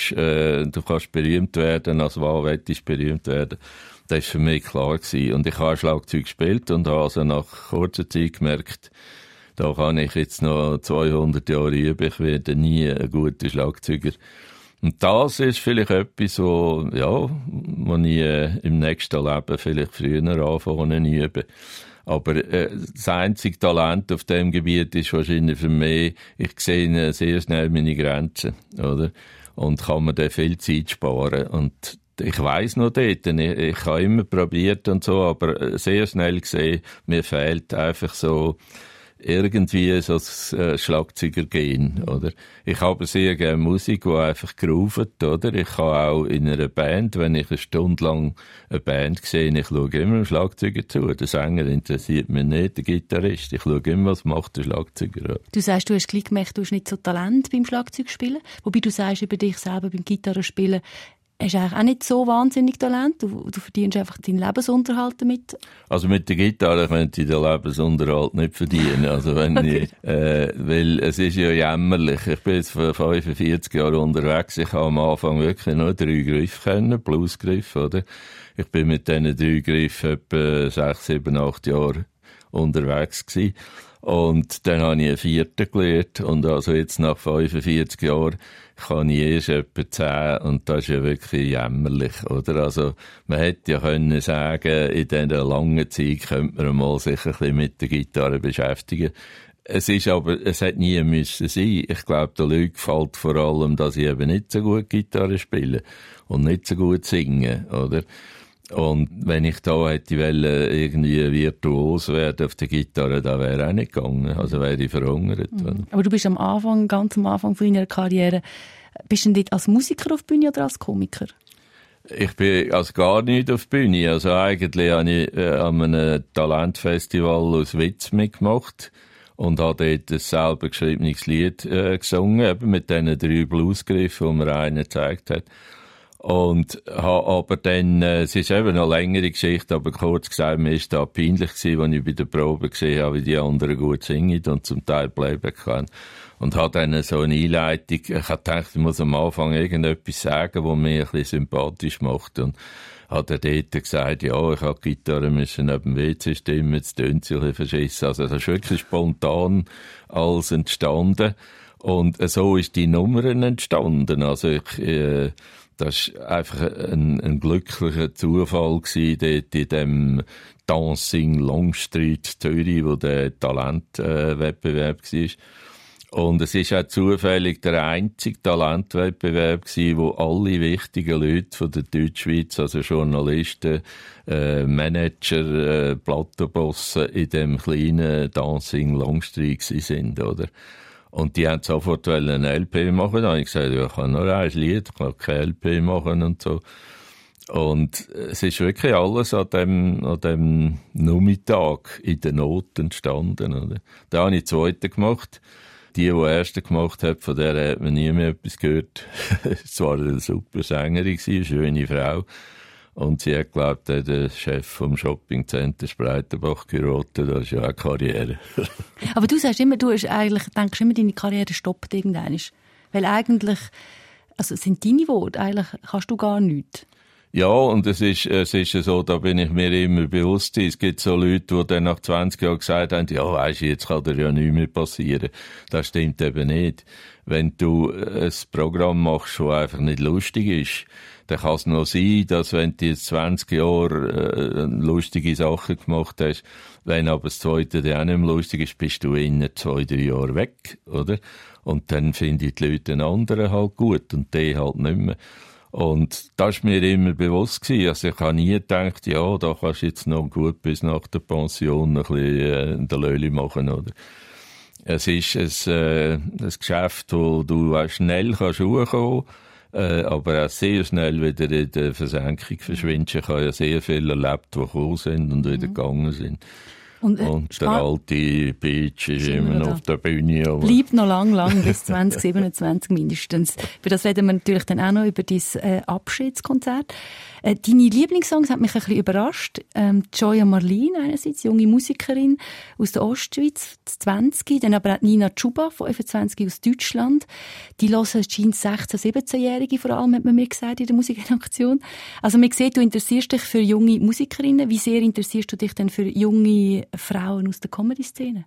du kannst berühmt werden, also was willst du berühmt werden? Das war für mich klar gewesen. Und ich habe Schlagzeug gespielt und habe also nach kurzer Zeit gemerkt, da kann ich jetzt noch 200 Jahre üben, ich werde nie ein guter Schlagzeuger. Und das ist vielleicht etwas, wo ich im nächsten Leben vielleicht früher anfangen zu üben. Aber das einzige Talent auf diesem Gebiet ist wahrscheinlich für mich, ich sehe sehr schnell meine Grenzen, oder? Und kann mir dann viel Zeit sparen. Und ich weiss noch dort, ich habe immer probiert und so, aber sehr schnell gesehen, mir fehlt einfach so irgendwie so das Schlagzeuger-Gen, oder? Ich habe sehr gerne Musik, die einfach groovet, oder? Ich kann auch in einer Band, wenn ich eine Stunde lang eine Band sehe, ich schaue immer dem Schlagzeuger zu. Der Sänger interessiert mich nicht, der Gitarrist. Ich schaue immer, was macht der Schlagzeuger. Du sagst, du hast gleich gemerkt, du hast nicht so Talent beim Schlagzeugspielen. Wobei du sagst über dich selber beim Gitarrespielen, hast du eigentlich auch nicht so wahnsinnig Talent. Du verdienst einfach deinen Lebensunterhalt damit. Also mit der Gitarre könnte ich den Lebensunterhalt nicht verdienen. Also wenn okay. Weil es ist ja jämmerlich. Ich bin jetzt vor 45 Jahren unterwegs. Ich habe am Anfang wirklich nur 3 Griffe kennen, Bluesgriffe, oder? Ich bin mit diesen 3 Griffen etwa 6, 7, 8 Jahre unterwegs gewesen. Und dann habe ich einen 4. gelernt. Und also jetzt nach 45 Jahren kann ich erst etwa 10. Und das ist ja wirklich jämmerlich, oder? Also, man hätte ja können sagen, in dieser langen Zeit könnte man mal sich ein bisschen mit der Gitarre beschäftigen. Es hat nie müssen sein. Ich glaube, den Leuten gefällt vor allem, dass ich eben nicht so gut Gitarre spiele und nicht so gut singe, oder? Und wenn ich da hätte irgendwie virtuos werden auf der Gitarre, da wäre auch nicht gegangen. Also wäre ich verhungert. Mhm. Aber du bist ganz am Anfang von deiner Karriere, bist du denn dort als Musiker auf der Bühne oder als Komiker? Ich bin also gar nicht auf der Bühne. Also eigentlich habe ich an einem Talentfestival aus Witz mitgemacht und habe dort ein selber geschriebenes Lied gesungen, eben mit diesen 3 Bluesgriffen, die mir einer gezeigt hat. Und aber dann, es ist eben eine längere Geschichte, aber kurz gesagt, mir ist da peinlich gewesen, als ich bei der Probe gesehen habe, wie die anderen gut singen und zum Teil Playback können. Und habe dann so eine Einleitung, ich habe gedacht, ich muss am Anfang irgendetwas sagen, was mich ein bisschen sympathisch macht. Und hat er dort gesagt, ja, ich habe die Gitarre müssen neben dem WC stimmen, jetzt tönt sie ein bisschen verschissen. Also das ist wirklich spontan alles entstanden. Und so ist die Nummer entstanden. Also das war einfach ein glücklicher Zufall gewesen, dort in dem Dancing Longstreet Zürich, wo der Talentwettbewerb war. Und es ist auch zufällig der einzige Talentwettbewerb gewesen, wo alle wichtigen Leute von der Deutschschweiz, also Journalisten, Manager, Plattenbosse in dem kleinen Dancing Longstreet sind, oder? Und die haben sofort ein LP machen. Da habe ich gesagt, ja, ich kann nur ein Lied, ich kann kein LP machen und so. Und es ist wirklich alles an dem Nachmittag in der Not entstanden, oder? Da habe ich zweite gemacht. Die erste gemacht hat, von der hat man nie mehr etwas gehört. Es war eine super Sängerin, eine schöne Frau. Und sie hat, glaubt, der Chef vom Shoppingcenter Spreitenbach geheiratet. Das ist ja auch Karriere. Aber du sagst immer, denkst immer, deine Karriere stoppt irgendwann. Weil eigentlich, also sind deine Worte, eigentlich kannst du gar nichts. Ja, und es ist so, da bin ich mir immer bewusst. Es gibt so Leute, die dann nach 20 Jahren gesagt haben, ja, weisst du, jetzt kann dir ja nichts mehr passieren. Das stimmt eben nicht. Wenn du ein Programm machst, das einfach nicht lustig ist, dann kann es noch sein, dass wenn du jetzt 20 Jahre lustige Sachen gemacht hast, wenn aber das zweite dann auch nicht mehr lustig ist, bist du in 2-3 Jahren weg, oder? Und dann finden die Leute den anderen halt gut und die halt nicht mehr. Und das war mir immer bewusst gewesen. Also ich habe nie gedacht, ja, da kannst du jetzt noch gut bis nach der Pension ein bisschen den Löli machen, oder? Es ist ein Geschäft, wo du schnell hochkommen kannst, aber auch sehr schnell wieder in der Versenkung verschwindest. Ich habe ja sehr viele erlebt, die gekommen sind und wieder gegangen sind. Und der alte Beach ist immer noch auf der Bühne. Aber bleibt noch lang, bis 2027 mindestens. Für das reden wir natürlich dann auch noch über dein Abschiedskonzert. Deine Lieblingssongs haben mich ein bisschen überrascht. Joya Marlin einerseits, junge Musikerin aus der Ostschweiz, 20, dann aber auch Nina Chuba, 25 aus Deutschland. Die hören scheint 16-, 17-Jährige vor allem, hat man mir gesagt in der Musikredaktion. Also man sieht, du interessierst dich für junge Musikerinnen. Wie sehr interessierst du dich denn für junge Frauen aus der Comedy-Szene?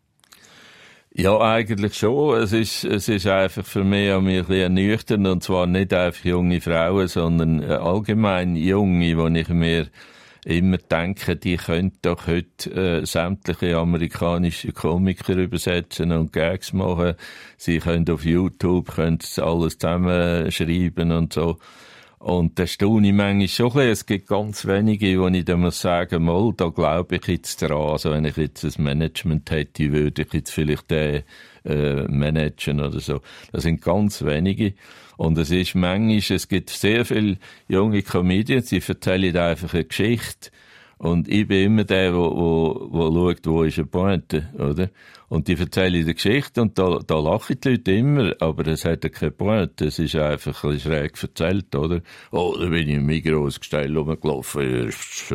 Ja, eigentlich schon. Es ist einfach für mich ein bisschen ernüchternd, und zwar nicht einfach junge Frauen, sondern allgemein junge, wo ich mir immer denke, die können doch heute sämtliche amerikanische Komiker übersetzen und Gags machen. Sie können auf YouTube alles zusammenschreiben und so. Und da staune ich manchmal schon ein bisschen. Es gibt ganz wenige, wo ich dann muss sagen, mal, da glaube ich jetzt dran. Also wenn ich jetzt ein Management hätte, würde ich jetzt vielleicht den managen oder so. Das sind ganz wenige. Und es ist manchmal, es gibt sehr viele junge Comedians, die erzählen einfach eine Geschichte. Und ich bin immer der, wo schaut, wo ist eine Pointe, oder? Und die erzählen die Geschichte und da lachen die Leute immer, aber es hat ja keine Pointe. Es ist einfach ein bisschen schräg erzählt, oder? Oh, da bin ich im Migros Gestell rumgelaufen,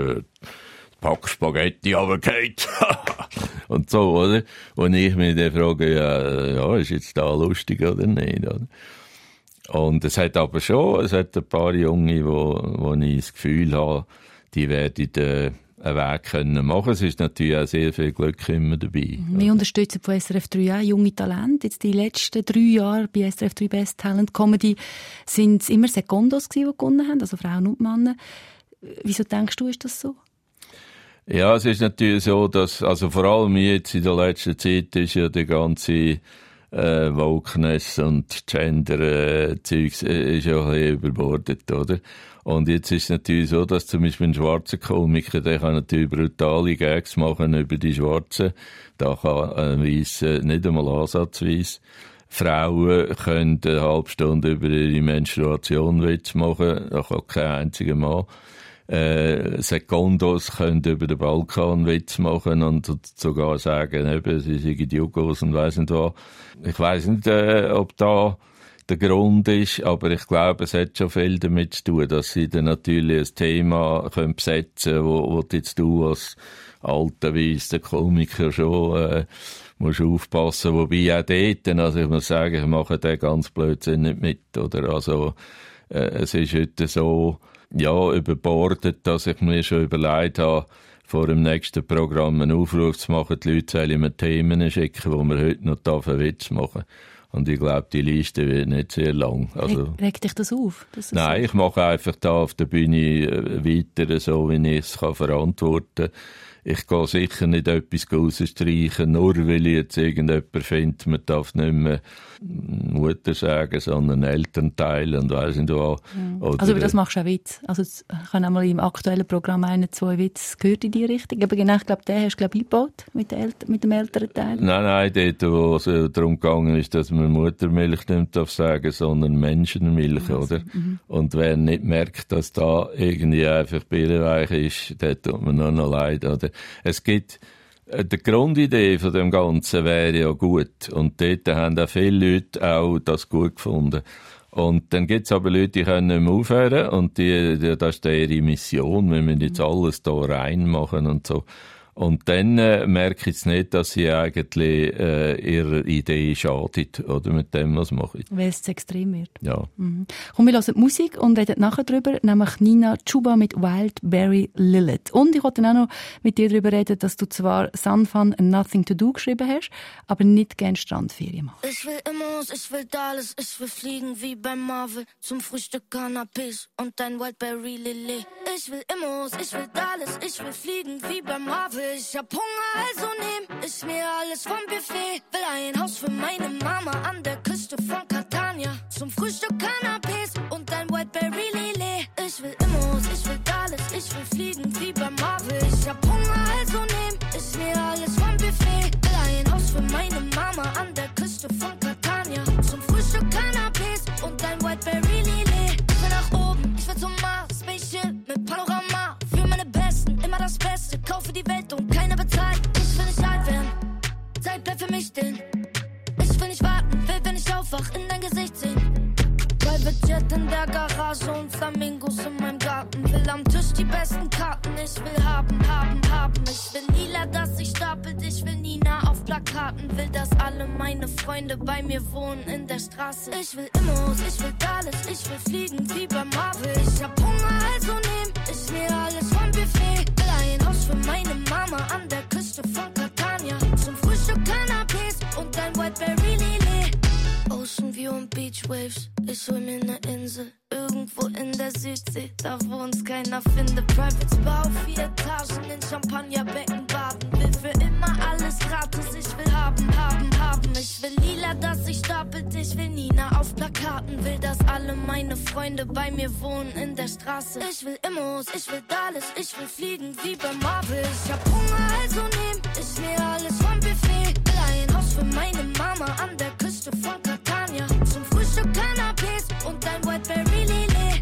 Pack Spaghetti runtergefallen. Und so, oder? Und ich mir dann frage, ja, ist jetzt da lustig oder nicht, oder? Und es hat aber schon, es hat ein paar Junge, wo ich das Gefühl habe, die werden einen Weg können machen. Es ist natürlich auch sehr viel Glück immer dabei. Wir unterstützen von SRF 3 auch junge Talente. Jetzt die letzten 3 Jahre bei SRF 3 Best Talent Comedy sind es immer Secondos gewesen, die gewonnen haben, also Frauen und Männer. Wieso denkst du, ist das so? Ja, es ist natürlich so, dass, also vor allem jetzt in der letzten Zeit ist ja die ganze Wokeness und Gender-Zeugs ist ja ein bisschen überbordet, oder? Und jetzt ist es natürlich so, dass zum Beispiel ein schwarzer Komiker, der kann natürlich brutale Gags machen über die Schwarzen. Da kann ein Weisse nicht einmal ansatzweise. Frauen können eine halbe Stunde über ihre Menstruation Witz machen. Da kann kein einziger Mann. Secondos können über den Balkan Witz machen und sogar sagen, eben, sie sind Jugos und weiss nicht was. Ich weiss nicht, ob da der Grund ist, aber ich glaube, es hat schon viel damit zu tun, dass sie dann natürlich ein Thema können besetzen können, wo jetzt du als alter weißer Komiker schon musst aufpassen, wobei auch dort, also ich muss sagen, ich mache den ganz Blödsinn nicht mit, oder? Also es ist heute so, ja, überbordet, dass ich mir schon überlegt habe, vor dem nächsten Programm einen Aufruf zu machen, die Leute sollen mir Themen schicken, wo wir heute noch einen Witz machen. Und ich glaube, die Liste wird nicht sehr lang. Also, regt dich das auf? Nein, ich mache einfach da auf der Bühne weiter, so wie ich es verantworten kann. Ich gehe sicher nicht etwas rausstreichen, nur weil ich jetzt irgendjemand finde, man darf nicht mehr Mutter sagen, sondern Elternteil und weiss nicht was. Oder, also über das machst du auch Witz. Also ich habe einmal im aktuellen Programm 2 Witze gehört in die Richtung. Aber genau, ich glaube, den hast du eingebaut mit dem älteren Teil. Nein, dort, wo es darum gegangen ist, dass man Muttermilch nicht darf sagen, sondern Menschenmilch, also, oder? Und wer nicht merkt, dass da irgendwie einfach birrenweich ist, der tut mir nur noch leid, oder? Es gibt, die Grundidee von dem Ganzen wäre ja gut. Und dort haben auch viele Leute auch das gut gefunden. Und dann gibt es aber Leute, die können nicht mehr aufhören. Und das ist ihre Mission. Wir müssen jetzt alles da reinmachen und so. Und dann merke ich jetzt nicht, dass sie eigentlich ihrer Idee schadet, oder mit dem, was mache ich. Weil es zu extrem wird. Ja. Komm, wir hören Musik und reden nachher drüber, nämlich Nina Chuba mit Wildberry Lilith. Und ich wollte auch noch mit dir darüber reden, dass du zwar Sun Fun and Nothing to Do geschrieben hast, aber nicht gerne Strandferien machst. Ich will Immos, ich will Dallas, ich will fliegen wie beim Marvel, zum Frühstück Cannabis und dein Wildberry Lilith. Ich will Immos, ich will Dallas, ich will fliegen wie beim Marvel. Ich hab Hunger, also nehm ich mir alles vom Buffet. Will ein Haus für meine Mama an der Küste von Catania. Zum Frühstück Cannabis und ein Wildberry Lillet. Ich will Immos, ich will Dallas, ich will fliegen wie beim Marvel. Ich hab Hunger, also nehm ich mir alles vom Buffet. Will ein Haus für meine Mama an der Küste von Catania. Zum Frühstück Cannabis und ein Wildberry Lillet. Ich will nach oben, ich will zum Mars, Spaceship mit Panorama. Für meine Besten, immer das Beste, kaufe die Welt und keiner bezahlt. Ich will nicht alt werden, Zeit bleibt für mich stehen. Ich will nicht warten, will, wenn ich aufwach, in dein Gesicht sehen. Private Jet in der Garage und Flamingos in meinem Garten. Will am Tisch die besten Karten, ich will haben. Ich will lila, dass sich stapelt, ich will Nina auf Plakaten. Will, dass alle meine Freunde bei mir wohnen in der Straße. Ich will Immos, ich will Dallas, ich will fliegen wie beim Marvel. Ich hab Hunger, also nehm ich mir alles vom Buffet. Will ein Haus für meine Mama an der Küste von Catania. Zum Frühstück Cannabis und ein Wildberry Lillet. Ocean View und Beach Waves, ich hol mir ne Insel. Irgendwo in der Südsee, da wo uns keiner findet. Private Spa auf 4 Etagen, in Champagnerbecken baden. Will für immer alles gratis, ich will haben. Ich will lila, dass sich stapelt, ich will Nina auf Plakaten. Will, dass alle meine Freunde bei mir wohnen in der Straße. Ich will Immos, ich will Dallas, ich will fliegen wie beim Marvel. Ich hab Hunger, also nehm ich mir alles vom Buffet. Will ein Haus für meine Mama an der Küste von Catania. Zum Frühstück Cannabis und ein Wildberry Lillet.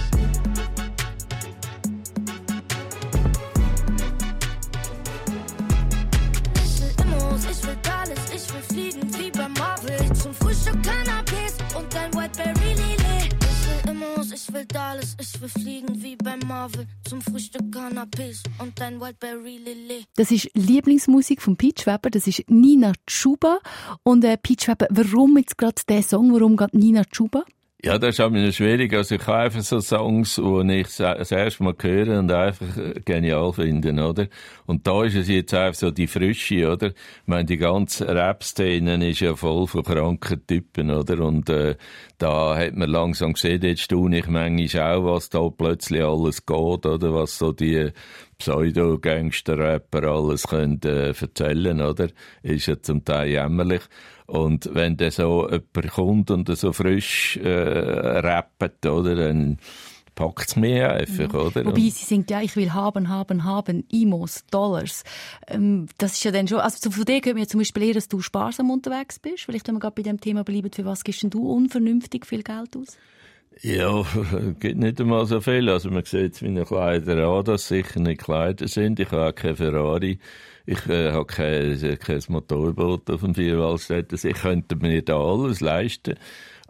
Ich will Immos, ich will Dallas, ich will fliegen wie beim Marvel. Zum Frühstück Cannabis und ein Wildberry Lillet. Ich will Immos, ich will Dallas, ich will fliegen wie beim Marvel. Zum Frühstück Cannabis und ein Wildberry Lillet. Das ist Lieblingsmusik von Piet Weber, das ist Nina Chuba. Und Piet Weber, warum jetzt gerade der Song, warum gerade Nina Chuba? Ja, das ist auch mir schwierig. Also ich habe einfach so Songs, die ich das erste Mal höre und einfach genial finde, oder? Und da ist es jetzt einfach so die Frische, oder? Ich meine, die ganze Rap-Szene ist ja voll von kranken Typen, oder? Und da hat man langsam gesehen, jetzt staune ich manchmal auch, was da plötzlich alles geht, oder? Was so die Pseudo-Gangster-Rapper alles können erzählen, oder? Ist ja zum Teil jämmerlich. Und wenn da so jemand kommt und so frisch rappt, oder, dann packt's mich einfach, oder? Wobei sie singt ja, ich will haben, Imos, Dollars. Das ist ja dann schon, also von dir hört mir zum Beispiel eher, dass du sparsam unterwegs bist. Vielleicht, wenn wir gerade bei dem Thema bleiben, für was gibst denn du unvernünftig viel Geld aus? Ja, geht nicht einmal so viel. Also man sieht meine Kleider an, dass sicher nicht Kleider sind. Ich habe keine Ferrari. Ich habe kein Motorboot auf dem Vierwaldstätten. Also ich könnte mir da alles leisten.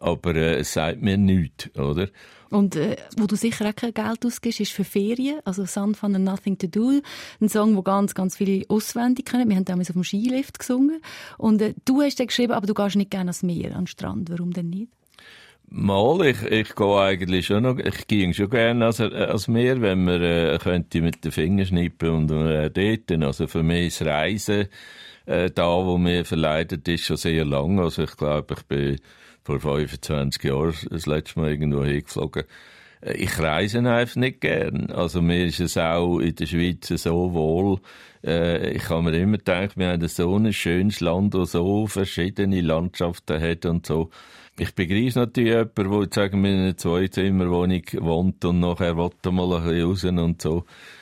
aber es sagt mir nichts, oder? Und wo du sicher auch kein Geld ausgibst, ist für Ferien, also «Sun Fun and Nothing to Do», ein Song, den ganz, ganz viele auswendig kennen. Wir haben damals auf dem Skilift gesungen. Und du hast den geschrieben, aber du gehst nicht gerne ans Meer, an den Strand. Warum denn nicht? Mal, ich gehe eigentlich schon noch, ich gehe schon gerne als Meer, wenn man könnte mit den Fingern schnippen und dort. Also für mich ist Reisen da, wo mir verleitet ist, schon sehr lang. Also ich glaube, ich bin vor 25 Jahren das letzte Mal irgendwo hingeflogen. Ich reise einfach nicht gern. Also mir ist es auch in der Schweiz so wohl. Ich habe mir immer gedacht, wir haben so ein schönes Land, das so verschiedene Landschaften hat und so. Ich begreife natürlich jemanden, der, sagen wir, in einer Zweizimmerwohnung wohnt und nachher will er mal ein bisschen raus und so.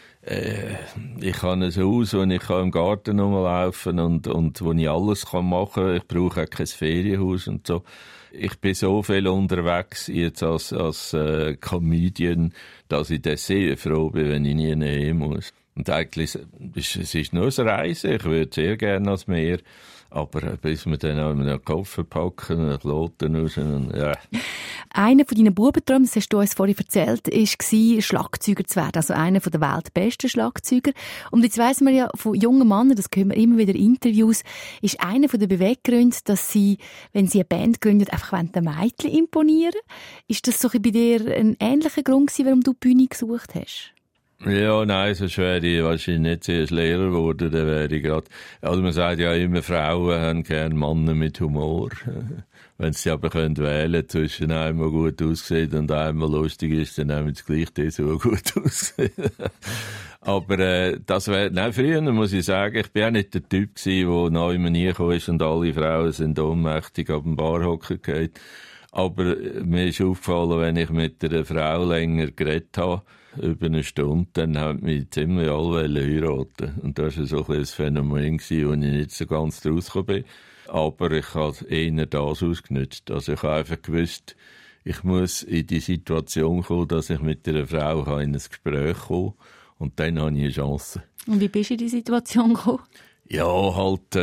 Ich habe ein Haus, wo ich im Garten rumlaufen kann und wo ich alles machen kann. Ich brauche auch kein Ferienhaus und so. Ich bin so viel unterwegs jetzt als Comedian, dass ich dann sehr froh bin, wenn ich nie näher muss. Und eigentlich, es ist nur eine Reise. Ich würde sehr gerne ans Meer. Aber bis wir dann auch einen Koffer packen, einen Kloten raus und ja. Einer von deinen Bubenträumen, das hast du uns vorhin erzählt, war, Schlagzeuger zu werden. Also einer der weltbesten Schlagzeuger. Und jetzt weiss man ja von jungen Männern, das hören wir immer wieder in Interviews, ist einer der Beweggründe, dass sie, wenn sie eine Band gründen, einfach den Mädchen imponieren. Ist das so bei dir ein ähnlicher Grund gewesen, warum du die Bühne gesucht hast? Ja, nein, sonst wäre ich wahrscheinlich nicht zuerst Lehrer geworden, dann wäre ich gerade, also man sagt ja immer, Frauen haben gerne Männer mit Humor. Wenn sie aber wählen können zwischen einmal gut aussieht und einmal lustig ist, dann haben sie gleich das, so gut aussieht. Aber das wäre, nein, früher muss ich sagen, ich bin auch nicht der Typ gewesen, der neu immer nie gekommen ist und alle Frauen sind ohnmächtig auf dem Barhocker geht. Aber mir ist aufgefallen, wenn ich mit einer Frau länger geredet habe, über eine Stunde, dann haben mich ziemlich alle heiraten. Und das war so ein Phänomen, wo ich nicht so ganz rausgekommen bin. Aber ich habe eher das ausgenutzt. Also ich habe einfach gewusst, ich muss in die Situation kommen, dass ich mit einer Frau in ein Gespräch komme. Und dann habe ich eine Chance. Und wie bist du in die Situation gekommen? Ja, halt,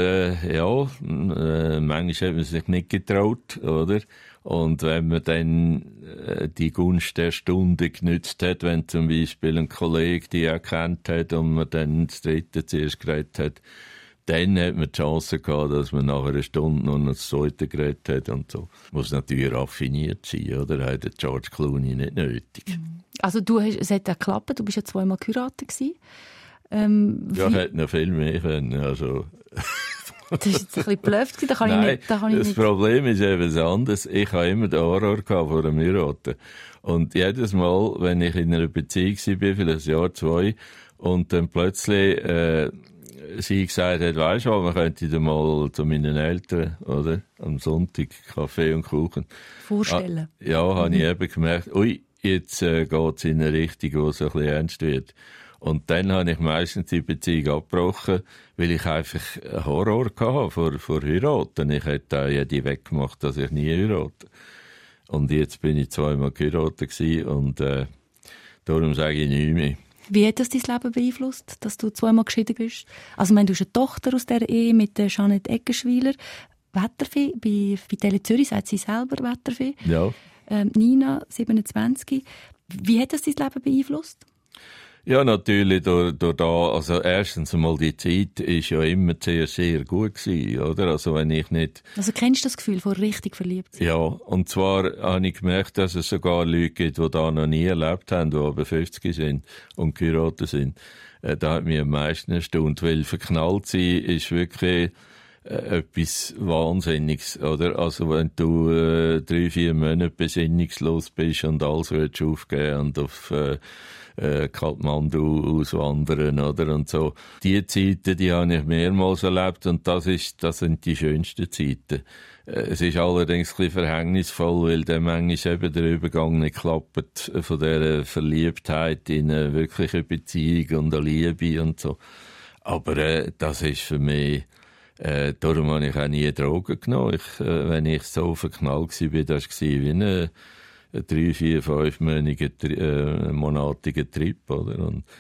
manchmal hat man sich nicht getraut, oder? Und wenn man dann die Gunst der Stunde genützt hat, wenn zum Beispiel ein Kollege die erkannt hat und man dann das dritte zuerst geredet hat, dann hat man die Chance gehabt, dass man nach einer Stunde noch das zweite geredet hat und so. Muss natürlich raffiniert sein, oder? Hat der George Clooney nicht nötig. Also es hat ja geklappt, du bist ja 2-mal geheiratet gewesen. Ja, ich hätte noch viel mehr können, also. Das war jetzt ein bisschen blöd. Das Problem ist eben anders. Ich hatte immer den Horror vor dem Heiraten. Und jedes Mal, wenn ich in einer Beziehung war, für ein Jahr, 2, und dann plötzlich sie gesagt hat, weisst du, man könnte dann mal zu meinen Eltern, oder? Am Sonntag Kaffee und Kuchen. Vorstellen. Habe ich eben gemerkt, jetzt geht es in eine Richtung, wo es ein bisschen ernst wird. Und dann habe ich meistens die Beziehung abgebrochen, weil ich einfach einen Horror hatte vor Heiraten. Ich hätte auch jede weggemacht, dass ich nie heirate. Und jetzt bin ich 2-mal geheiratet gewesen und darum sage ich nicht mehr. Wie hat das dein Leben beeinflusst, dass du 2-mal geschieden bist? Also, du hast eine Tochter aus dieser Ehe mit Jeanette Eggenschwiler. Wetterfee, bei Tele Zürich sagt sie selber Wetterfee. Ja. Nina, 27. Wie hat das dein Leben beeinflusst? Ja, natürlich durch da, also erstens einmal die Zeit ist ja immer sehr, sehr gut gewesen, oder? Also wenn ich nicht... Also kennst du das Gefühl von richtig verliebt sein? Ja, und zwar habe ich gemerkt, dass es sogar Leute gibt, die da noch nie erlebt haben, die aber 50 sind und geheiratet sind. Da hat mich am meisten erstaunt, weil verknallt sein ist wirklich etwas Wahnsinniges, oder? Also wenn du 3-4 Monate besinnungslos bist und alles willst aufgeben und auf Kathmandu auswandern, oder? Und so. Die Zeiten, die habe ich mehrmals erlebt und das sind die schönsten Zeiten. Es ist allerdings ein bisschen verhängnisvoll, weil dann manchmal eben der Übergang nicht klappt von dieser Verliebtheit in eine wirkliche Beziehung und eine Liebe und so. Aber das ist für mich, darum habe ich auch nie Drogen genommen. Wenn ich so verknallt war, das war wie eine 3, 4, 5 monatiger Trip, oder? Und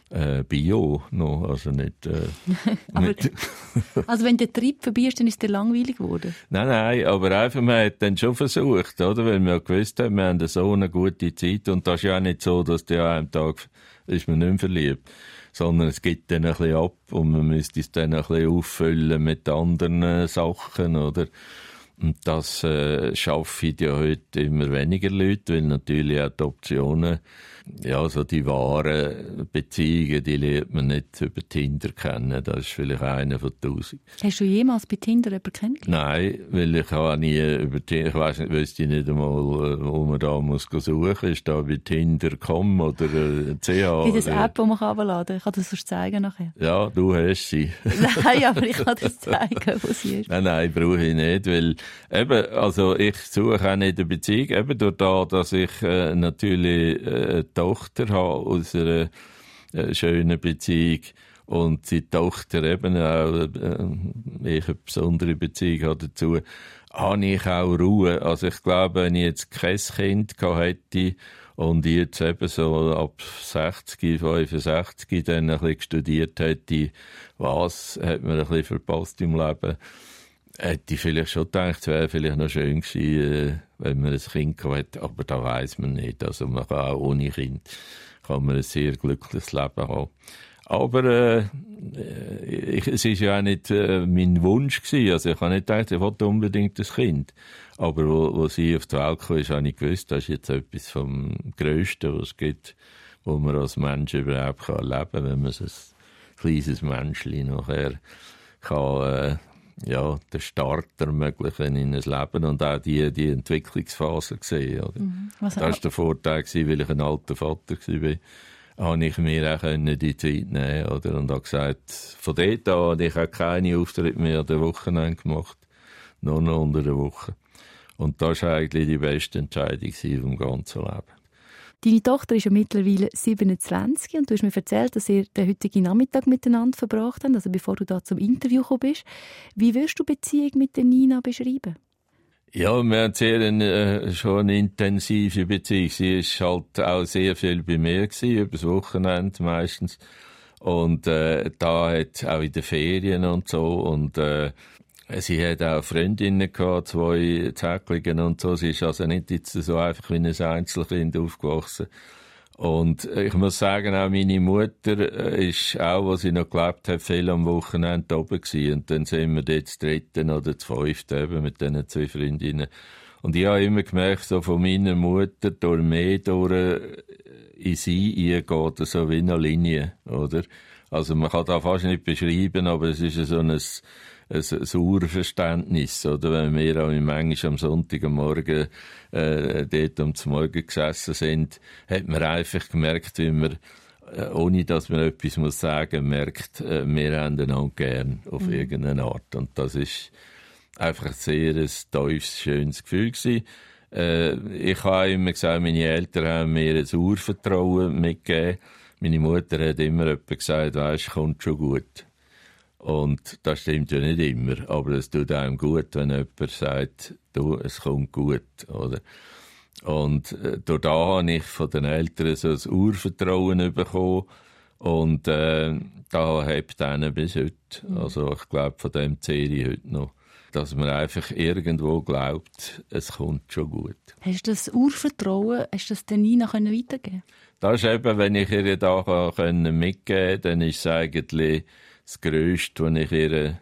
Bio noch, also nicht... Also wenn der Trip vorbei ist, dann ist der langweilig geworden? Nein, aber einfach, man hat dann schon versucht, oder? Weil wir gewusst haben, wir haben so eine gute Zeit und das ist ja auch nicht so, dass der an einem Tag ist man nicht mehr verliebt, sondern es gibt dann ein bisschen ab und man müsste es dann ein bisschen auffüllen mit anderen Sachen, oder? Und das schaffen ja heute immer weniger Leute, weil natürlich auch die Optionen, ja, so die wahren Beziehungen, die lernt man nicht über Tinder kennen. Das ist vielleicht einer von 1000. Hast du jemals bei Tinder jemanden kennengelernt? Nein, weil ich habe nie über Tinder, ich weiss nicht, wüsste nicht einmal, wo man da muss suchen. Ist da bei Tinder.com oder CH? Gibt es eine App, die man herunterladen kann? Ich kann das sonst zeigen nachher. Ja, du hast sie. Nein, aber ich kann das zeigen, wo sie ist. Nein, brauche ich nicht, weil eben, also ich suche auch nicht eine Beziehung, eben durch das, dass ich natürlich Tochter habe aus einer schönen Beziehung und die Tochter eben auch ich eine besondere Beziehung habe dazu, habe ich auch Ruhe. Also ich glaube, wenn ich jetzt kein Kind hätte und ich jetzt eben so ab 60, 65 dann ein bisschen studiert hätte, was hat man ein bisschen verpasst im Leben, hätte ich vielleicht schon gedacht, es wäre vielleicht noch schön gewesen, wenn man ein Kind gehabt hätte, aber da weiss man nicht. Also man kann auch ohne Kind kann man ein sehr glückliches Leben haben. Aber es ist ja auch nicht mein Wunsch gewesen. Also ich habe nicht gedacht, ich wollte unbedingt ein Kind. Aber wo sie auf die Welt kam, habe ich gewusst, das ist jetzt etwas vom Grössten, was es gibt, wo man als Mensch überhaupt erleben kann, wenn man so ein kleines Menschchen nachher kann den Start ermöglichen in ein Leben und auch die Entwicklungsphase sehen. Oder? Das war der Vorteil, weil ich ein alter Vater war. Habe ich mir auch die Zeit nehmen oder? Und habe gesagt, von dort an habe ich auch keine Auftritte mehr an der Wochenende gemacht, nur noch unter der Woche. Und das war eigentlich die beste Entscheidung vom ganzen Leben. Deine Tochter ist ja mittlerweile 27 und du hast mir erzählt, dass ihr den heutigen Nachmittag miteinander verbracht habt, also bevor du da zum Interview gekommen bist. Wie würdest du die Beziehung mit der Nina beschreiben? Ja, wir haben schon eine intensive Beziehung. Sie war halt auch sehr viel bei mir gewesen, über das Wochenende meistens. Und da hat auch in den Ferien und so. Und sie hat auch Freundinnen gehabt, 2 Zäcklinge und so. Sie ist also nicht jetzt so einfach wie ein Einzelkind aufgewachsen. Und ich muss sagen, auch meine Mutter ist auch, als sie noch gelebt hat, viel am Wochenende oben gewesen. Und dann sind wir dort zu 3. oder zu 5. eben mit diesen 2 Freundinnen. Und ich habe immer gemerkt, so von meiner Mutter durch mich durch in sie eingeht, so wie eine Linie, oder? Also man kann das fast nicht beschreiben, aber es ist so ein Urverständnis, oder? Wenn wir auch manchmal am Sonntagmorgen dort um zum Morgen gesessen sind, hat man einfach gemerkt, wie man, ohne dass man etwas sagen muss, merkt, wir haben einander gern auf irgendeine Art. Und das ist einfach ein sehr tiefes, schönes Gefühl gewesen. Ich habe immer gesagt, meine Eltern haben mir ein Urvertrauen mitgegeben. Meine Mutter hat immer gesagt, weisst, kommt schon gut. Und das stimmt ja nicht immer, aber es tut einem gut, wenn jemand sagt, du, es kommt gut, oder? Und durch da habe ich von den Eltern so ein Urvertrauen bekommen und da hebt einen bis heute. Also ich glaube, von dem zähle ich heute noch, dass man einfach irgendwo glaubt, es kommt schon gut. Hast du das Urvertrauen, hast du das der Nina weitergeben? Das ist eben, wenn ich ihr da mitgeben kann, dann ist es eigentlich das Grösste, was ich ihr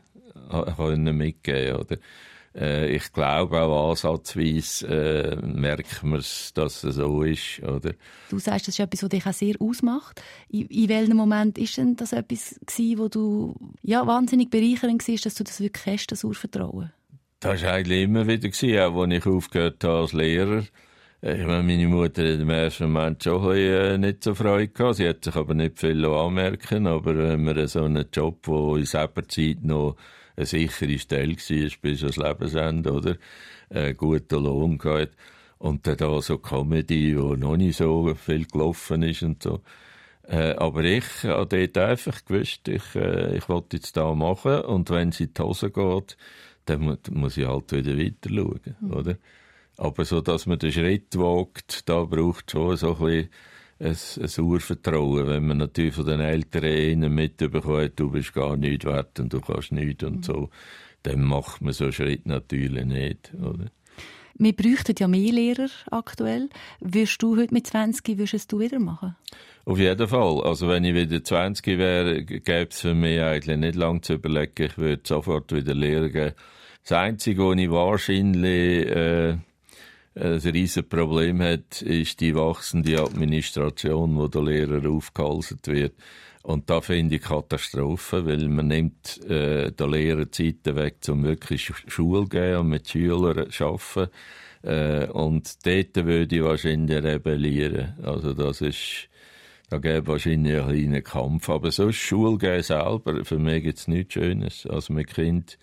mitgeben konnte. Ich glaube auch ansatzweise merkt man es, dass es so ist. Oder? Du sagst, das ist etwas, was dich auch sehr ausmacht. In welchem Moment war denn das etwas, wo du wahnsinnig bereichernd war, dass du das wirklich hast, das Urvertrauen? Das war eigentlich immer wieder, auch als ich aufgehört habe als Lehrer. Ich meine, meine Mutter hat im ersten Moment schon nicht so Freude gehabt. Sie hat sich aber nicht viel anmerken. Aber wenn man so einen Job, der in selber Zeit noch eine sichere Stelle war, bis ans Lebensende, oder? Guten Lohn gehabt. Und dann da so Comedy, wo noch nicht so viel gelaufen ist und so. Aber ich habe dort einfach gewusst, ich wollte jetzt da machen. Und wenn es in die Hose geht, dann muss ich halt wieder weiter schauen, oder? Aber so, dass man den Schritt wagt, da braucht es schon so ein bisschen ein Urvertrauen. Wenn man natürlich von den Eltern mitbekommt, du bist gar nichts wert und du kannst nichts und so, dann macht man so einen Schritt natürlich nicht, oder? Wir bräuchten ja mehr Lehrer aktuell. Würdest du heute mit 20, würdest du wieder machen? Auf jeden Fall. Also wenn ich wieder 20 wäre, gäbe es für mich eigentlich nicht lange zu überlegen. Ich würde sofort wieder Lehrer geben. Das Einzige, wo ich wahrscheinlich ein riesiges Problem hat, ist die wachsende Administration, wo der Lehrer aufgehalsen wird. Und da finde ich Katastrophe, weil man nimmt der Lehrer Zeiten weg, um wirklich Schule zu geben und mit Schülern zu arbeiten. Und dort würde ich wahrscheinlich rebellieren. Also das ist, da gäbe wahrscheinlich einen kleinen Kampf. Aber sonst Schule geben selber, für mich gibt es nichts Schönes. Also mit Kind,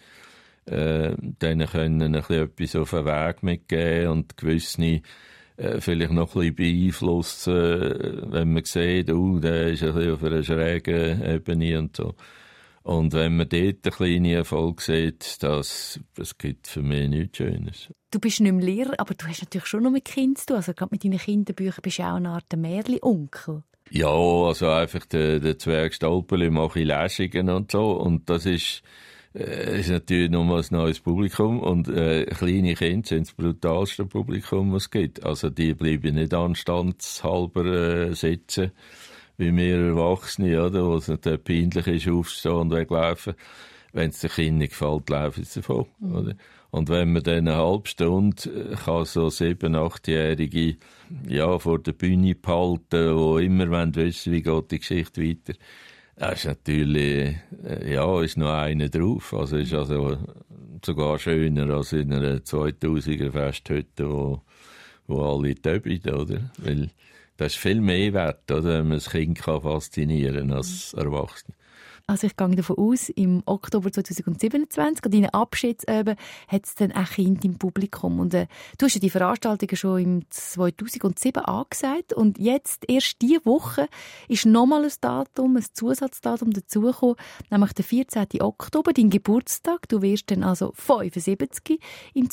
denen können ein bisschen etwas auf den Weg mitgeben und gewisse vielleicht noch ein bisschen beeinflussen, wenn man sieht, der ist ein bisschen auf einer schrägen Ebene und so. Und wenn man dort einen kleinen Erfolg sieht, das gibt für mich nichts Schönes. Du bist nicht mehr Lehrer, aber du hast natürlich schon noch mit Kindern zu tun. Also gerade mit deinen Kinderbüchern bist du auch eine Art Märchen-Onkel. Ja, also einfach der Zwergstolperli mache ich Lesungen und so. Und das ist natürlich nochmal ein neues Publikum und kleine Kinder sind das brutalste Publikum, was es gibt. Also die bleiben nicht anstandshalber sitzen, wie wir Erwachsene, oder, wo es natürlich peinlich ist, aufzustehen und weglaufen. Wenn es den Kindern nicht gefällt, laufen sie davon. Oder? Und wenn man dann eine halbe Stunde kann so 7-, 8-Jährige vor der Bühne behalten, die immer wissen, wie geht die Geschichte weiter. Das ist natürlich, ist noch einer drauf. Also ist also sogar schöner als in einer 2000er Festhütte, wo alle töben, oder? Weil das ist viel mehr wert, oder? Wenn man das Kind faszinieren kann als Erwachsene. Also ich gehe davon aus, im Oktober 2027, an deinen Abschiedsüben, hat es dann auch Kinder im Publikum. Und du hast ja die Veranstaltungen schon im 2007 angesagt. Und jetzt, erst diese Woche, ist nochmal ein Zusatzdatum dazugekommen, nämlich der 14. Oktober, dein Geburtstag. Du wirst dann also 75 im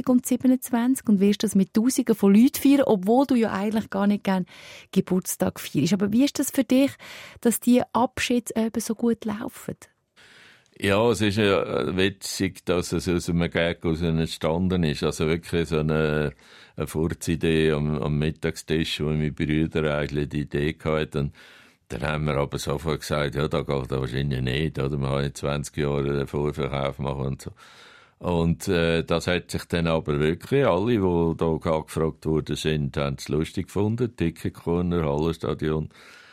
2027 und wirst das mit Tausenden von Leuten feiern, obwohl du ja eigentlich gar nicht gerne Geburtstag feierst. Aber wie ist das für dich, dass die Abschiedsüben so gut laufen? Ja, es ist ja witzig, dass es aus einem Gag entstanden ist. Also wirklich so eine Furzidee am Mittagstisch, wo meine Brüder eigentlich die Idee hatten. Dann haben wir aber sofort gesagt, ja, da geht das wahrscheinlich nicht, oder? Wir haben in 20 Jahren einen Vorverkauf machen und so. Und das hat sich dann aber wirklich alle, die hier angefragt worden sind, haben es lustig gefunden. Ticketcorner, Hallenstadion.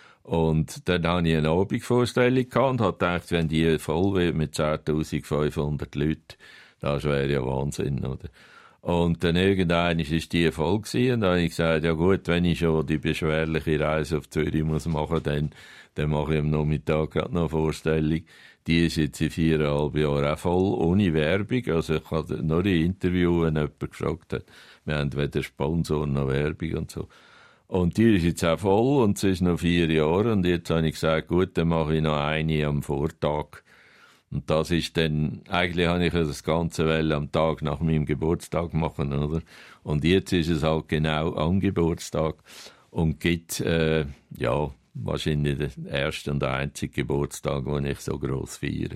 Und dann hatte ich eine Abendvorstellung und habe gedacht, wenn die voll wird mit 10.500 Leuten, das wäre ja Wahnsinn, oder? Und dann irgendwann war die voll gewesen, und dann habe ich gesagt, ja gut, wenn ich schon die beschwerliche Reise auf Zürich muss machen, dann mache ich am Nachmittag gerade noch eine Vorstellung. Die ist jetzt in 4,5 Jahren auch voll, ohne Werbung. Also ich hatte nur ein Interview, wenn jemand gefragt hat. Wir haben weder Sponsor noch Werbung und so. Und die ist jetzt auch voll und es ist noch 4 Jahre. Und jetzt habe ich gesagt, gut, dann mache ich noch eine am Vortag. Und das ist dann, eigentlich habe ich das Ganze am Tag nach meinem Geburtstag machen, oder? Und jetzt ist es halt genau am Geburtstag und gibt, wahrscheinlich den ersten und einzigen Geburtstag, den ich so gross feiere.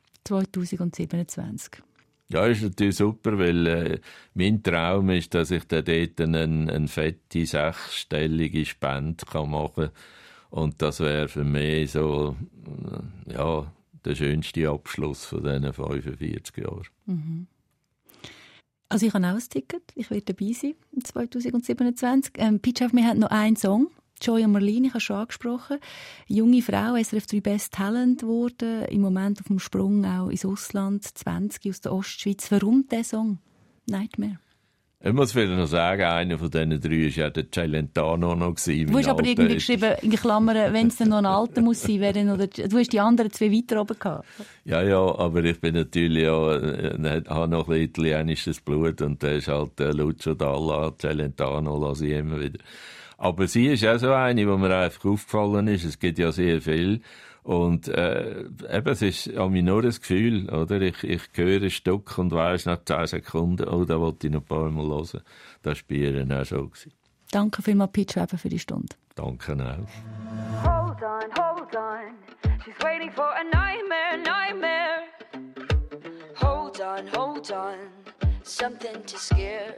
2027. Ja, ist natürlich super, weil mein Traum ist, dass ich dann dort eine fette, 6-stellige Spende machen kann. Und das wäre für mich so, der schönste Abschluss von diesen 45 Jahren. Mhm. Also ich habe auch ein Ticket. Ich werde dabei sein, 2027. Pitchef, wir haben noch einen Song. Joy Marlene, ich habe schon angesprochen. Junge Frau, SRF 3 Best Talent geworden, im Moment auf dem Sprung auch ins Ausland, 20 aus der Ostschweiz. Warum dieser Song? Nightmare. Ich muss vielleicht noch sagen, einer von diesen 3 war ja der Celentano noch. Du hast aber irgendwie geschrieben, in Klammern, wenn es dann noch ein Alter muss sein, du hast die anderen 2 weiter oben gehabt. Ja, aber ich bin natürlich habe noch ein bisschen italienisches Blut und der ist halt Lucio Dalla, Celentano, lasse ich immer wieder. Aber sie ist auch so eine, die mir einfach aufgefallen ist. Es gibt ja sehr viel. Und es ist an mir nur das Gefühl, oder? Ich höre ein Stück und weiss nach 10 Sekunden, da wollte ich noch ein paar Mal hören. Das war bei ihr auch so. Danke vielmals, Pete Schweber, für die Stunde. Danke auch. Hold on. She's waiting for a nightmare. Hold on. Something to scare.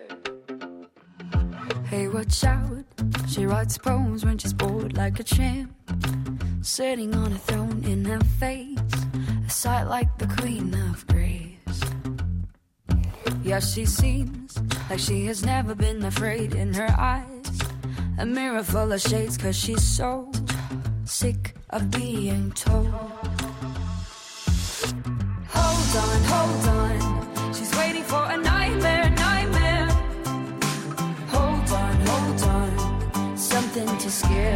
Hey, watch out. She writes poems when she's bored like a champ. Sitting on a throne in her face. A sight like the Queen of Grace. Yeah, she seems like she has never been afraid in her eyes. A mirror full of shades, 'cause she's so sick of being told. Hold on. She's waiting for a nightmare. Hold on. Something to scare.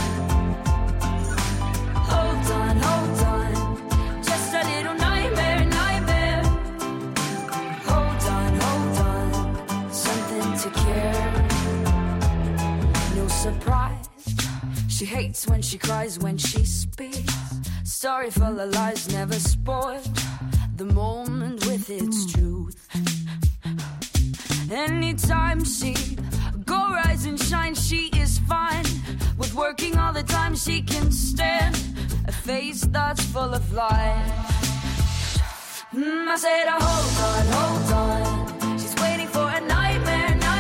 Hold on. Just a little nightmare. Hold on. Something to care. No surprise. She hates when she cries, when she speaks. Story full of lies, never spoiled the moment with its truth. Anytime she go rise and shine, she is fine with working all the time. She can stand a face that's full of life. I said, hold on. She's waiting for a nightmare.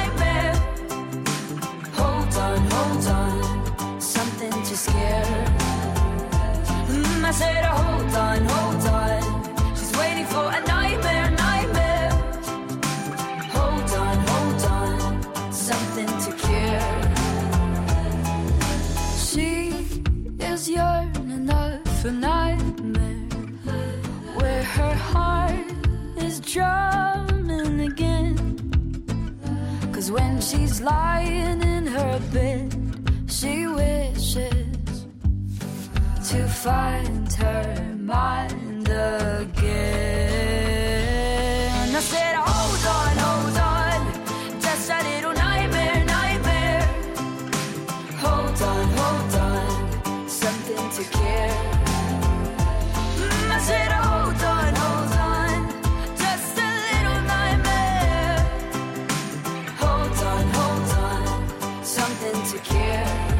Hold on. Something to scare. I said, hold on. She's waiting for a nightmare. Hold on. Something to care. She is yearning for a nightmare, where her heart is drumming again. 'Cause when she's lying in her bed, she wishes to find her mind again. I said, hold on, just a little nightmare. Hold on, something to care. I said, hold on, just a little nightmare. Hold on, something to care.